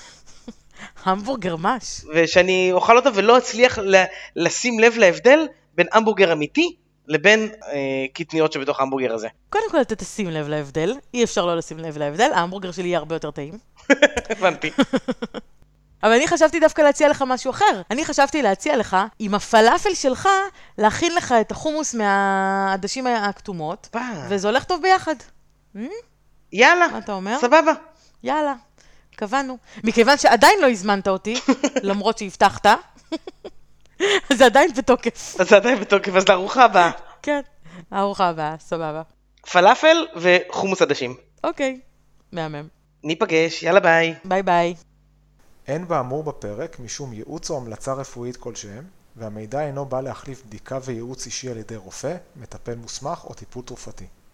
המבורגר מש?
ושאני אוכל אותו ולא אצליח לשים לב להבדל בין המבורגר אמיתי לבין קטניות שבתוך ההמבורגר הזה.
קודם כל אתה תשים לב להבדל, אי אפשר לא לשים לב להבדל, ההמבורגר שלי יהיה הרבה יותר טעים.
הבנתי.
אבל אני חשבתי דווקא להציע לך משהו אחר. אני חשבתי להציע לך, עם הפלאפל שלך, להכין לך את החומוס מהעדשים הכתומות, וזה הולך טוב ביחד.
יאללה.
מה אתה אומר?
סבבה.
יאללה, קבענו. מכיוון שעדיין לא הזמנת אותי, למרות שהבטחת, אז זה עדיין בתוקף.
אז זה עדיין בתוקף, אז לארוחה הבאה.
כן, הארוחה הבאה, סבבה.
פלאפל וחומוס עדשים.
אוקיי, מהמם.
ניפגש, יאללה ביי.
ביי ביי.
אין באמור בפרק משום ייעוץ או המלצה רפואית כלשהם, והמידע אינו בא להחליף בדיקה וייעוץ אישי על ידי רופא, מטפל מוסמך או טיפול תרופתי.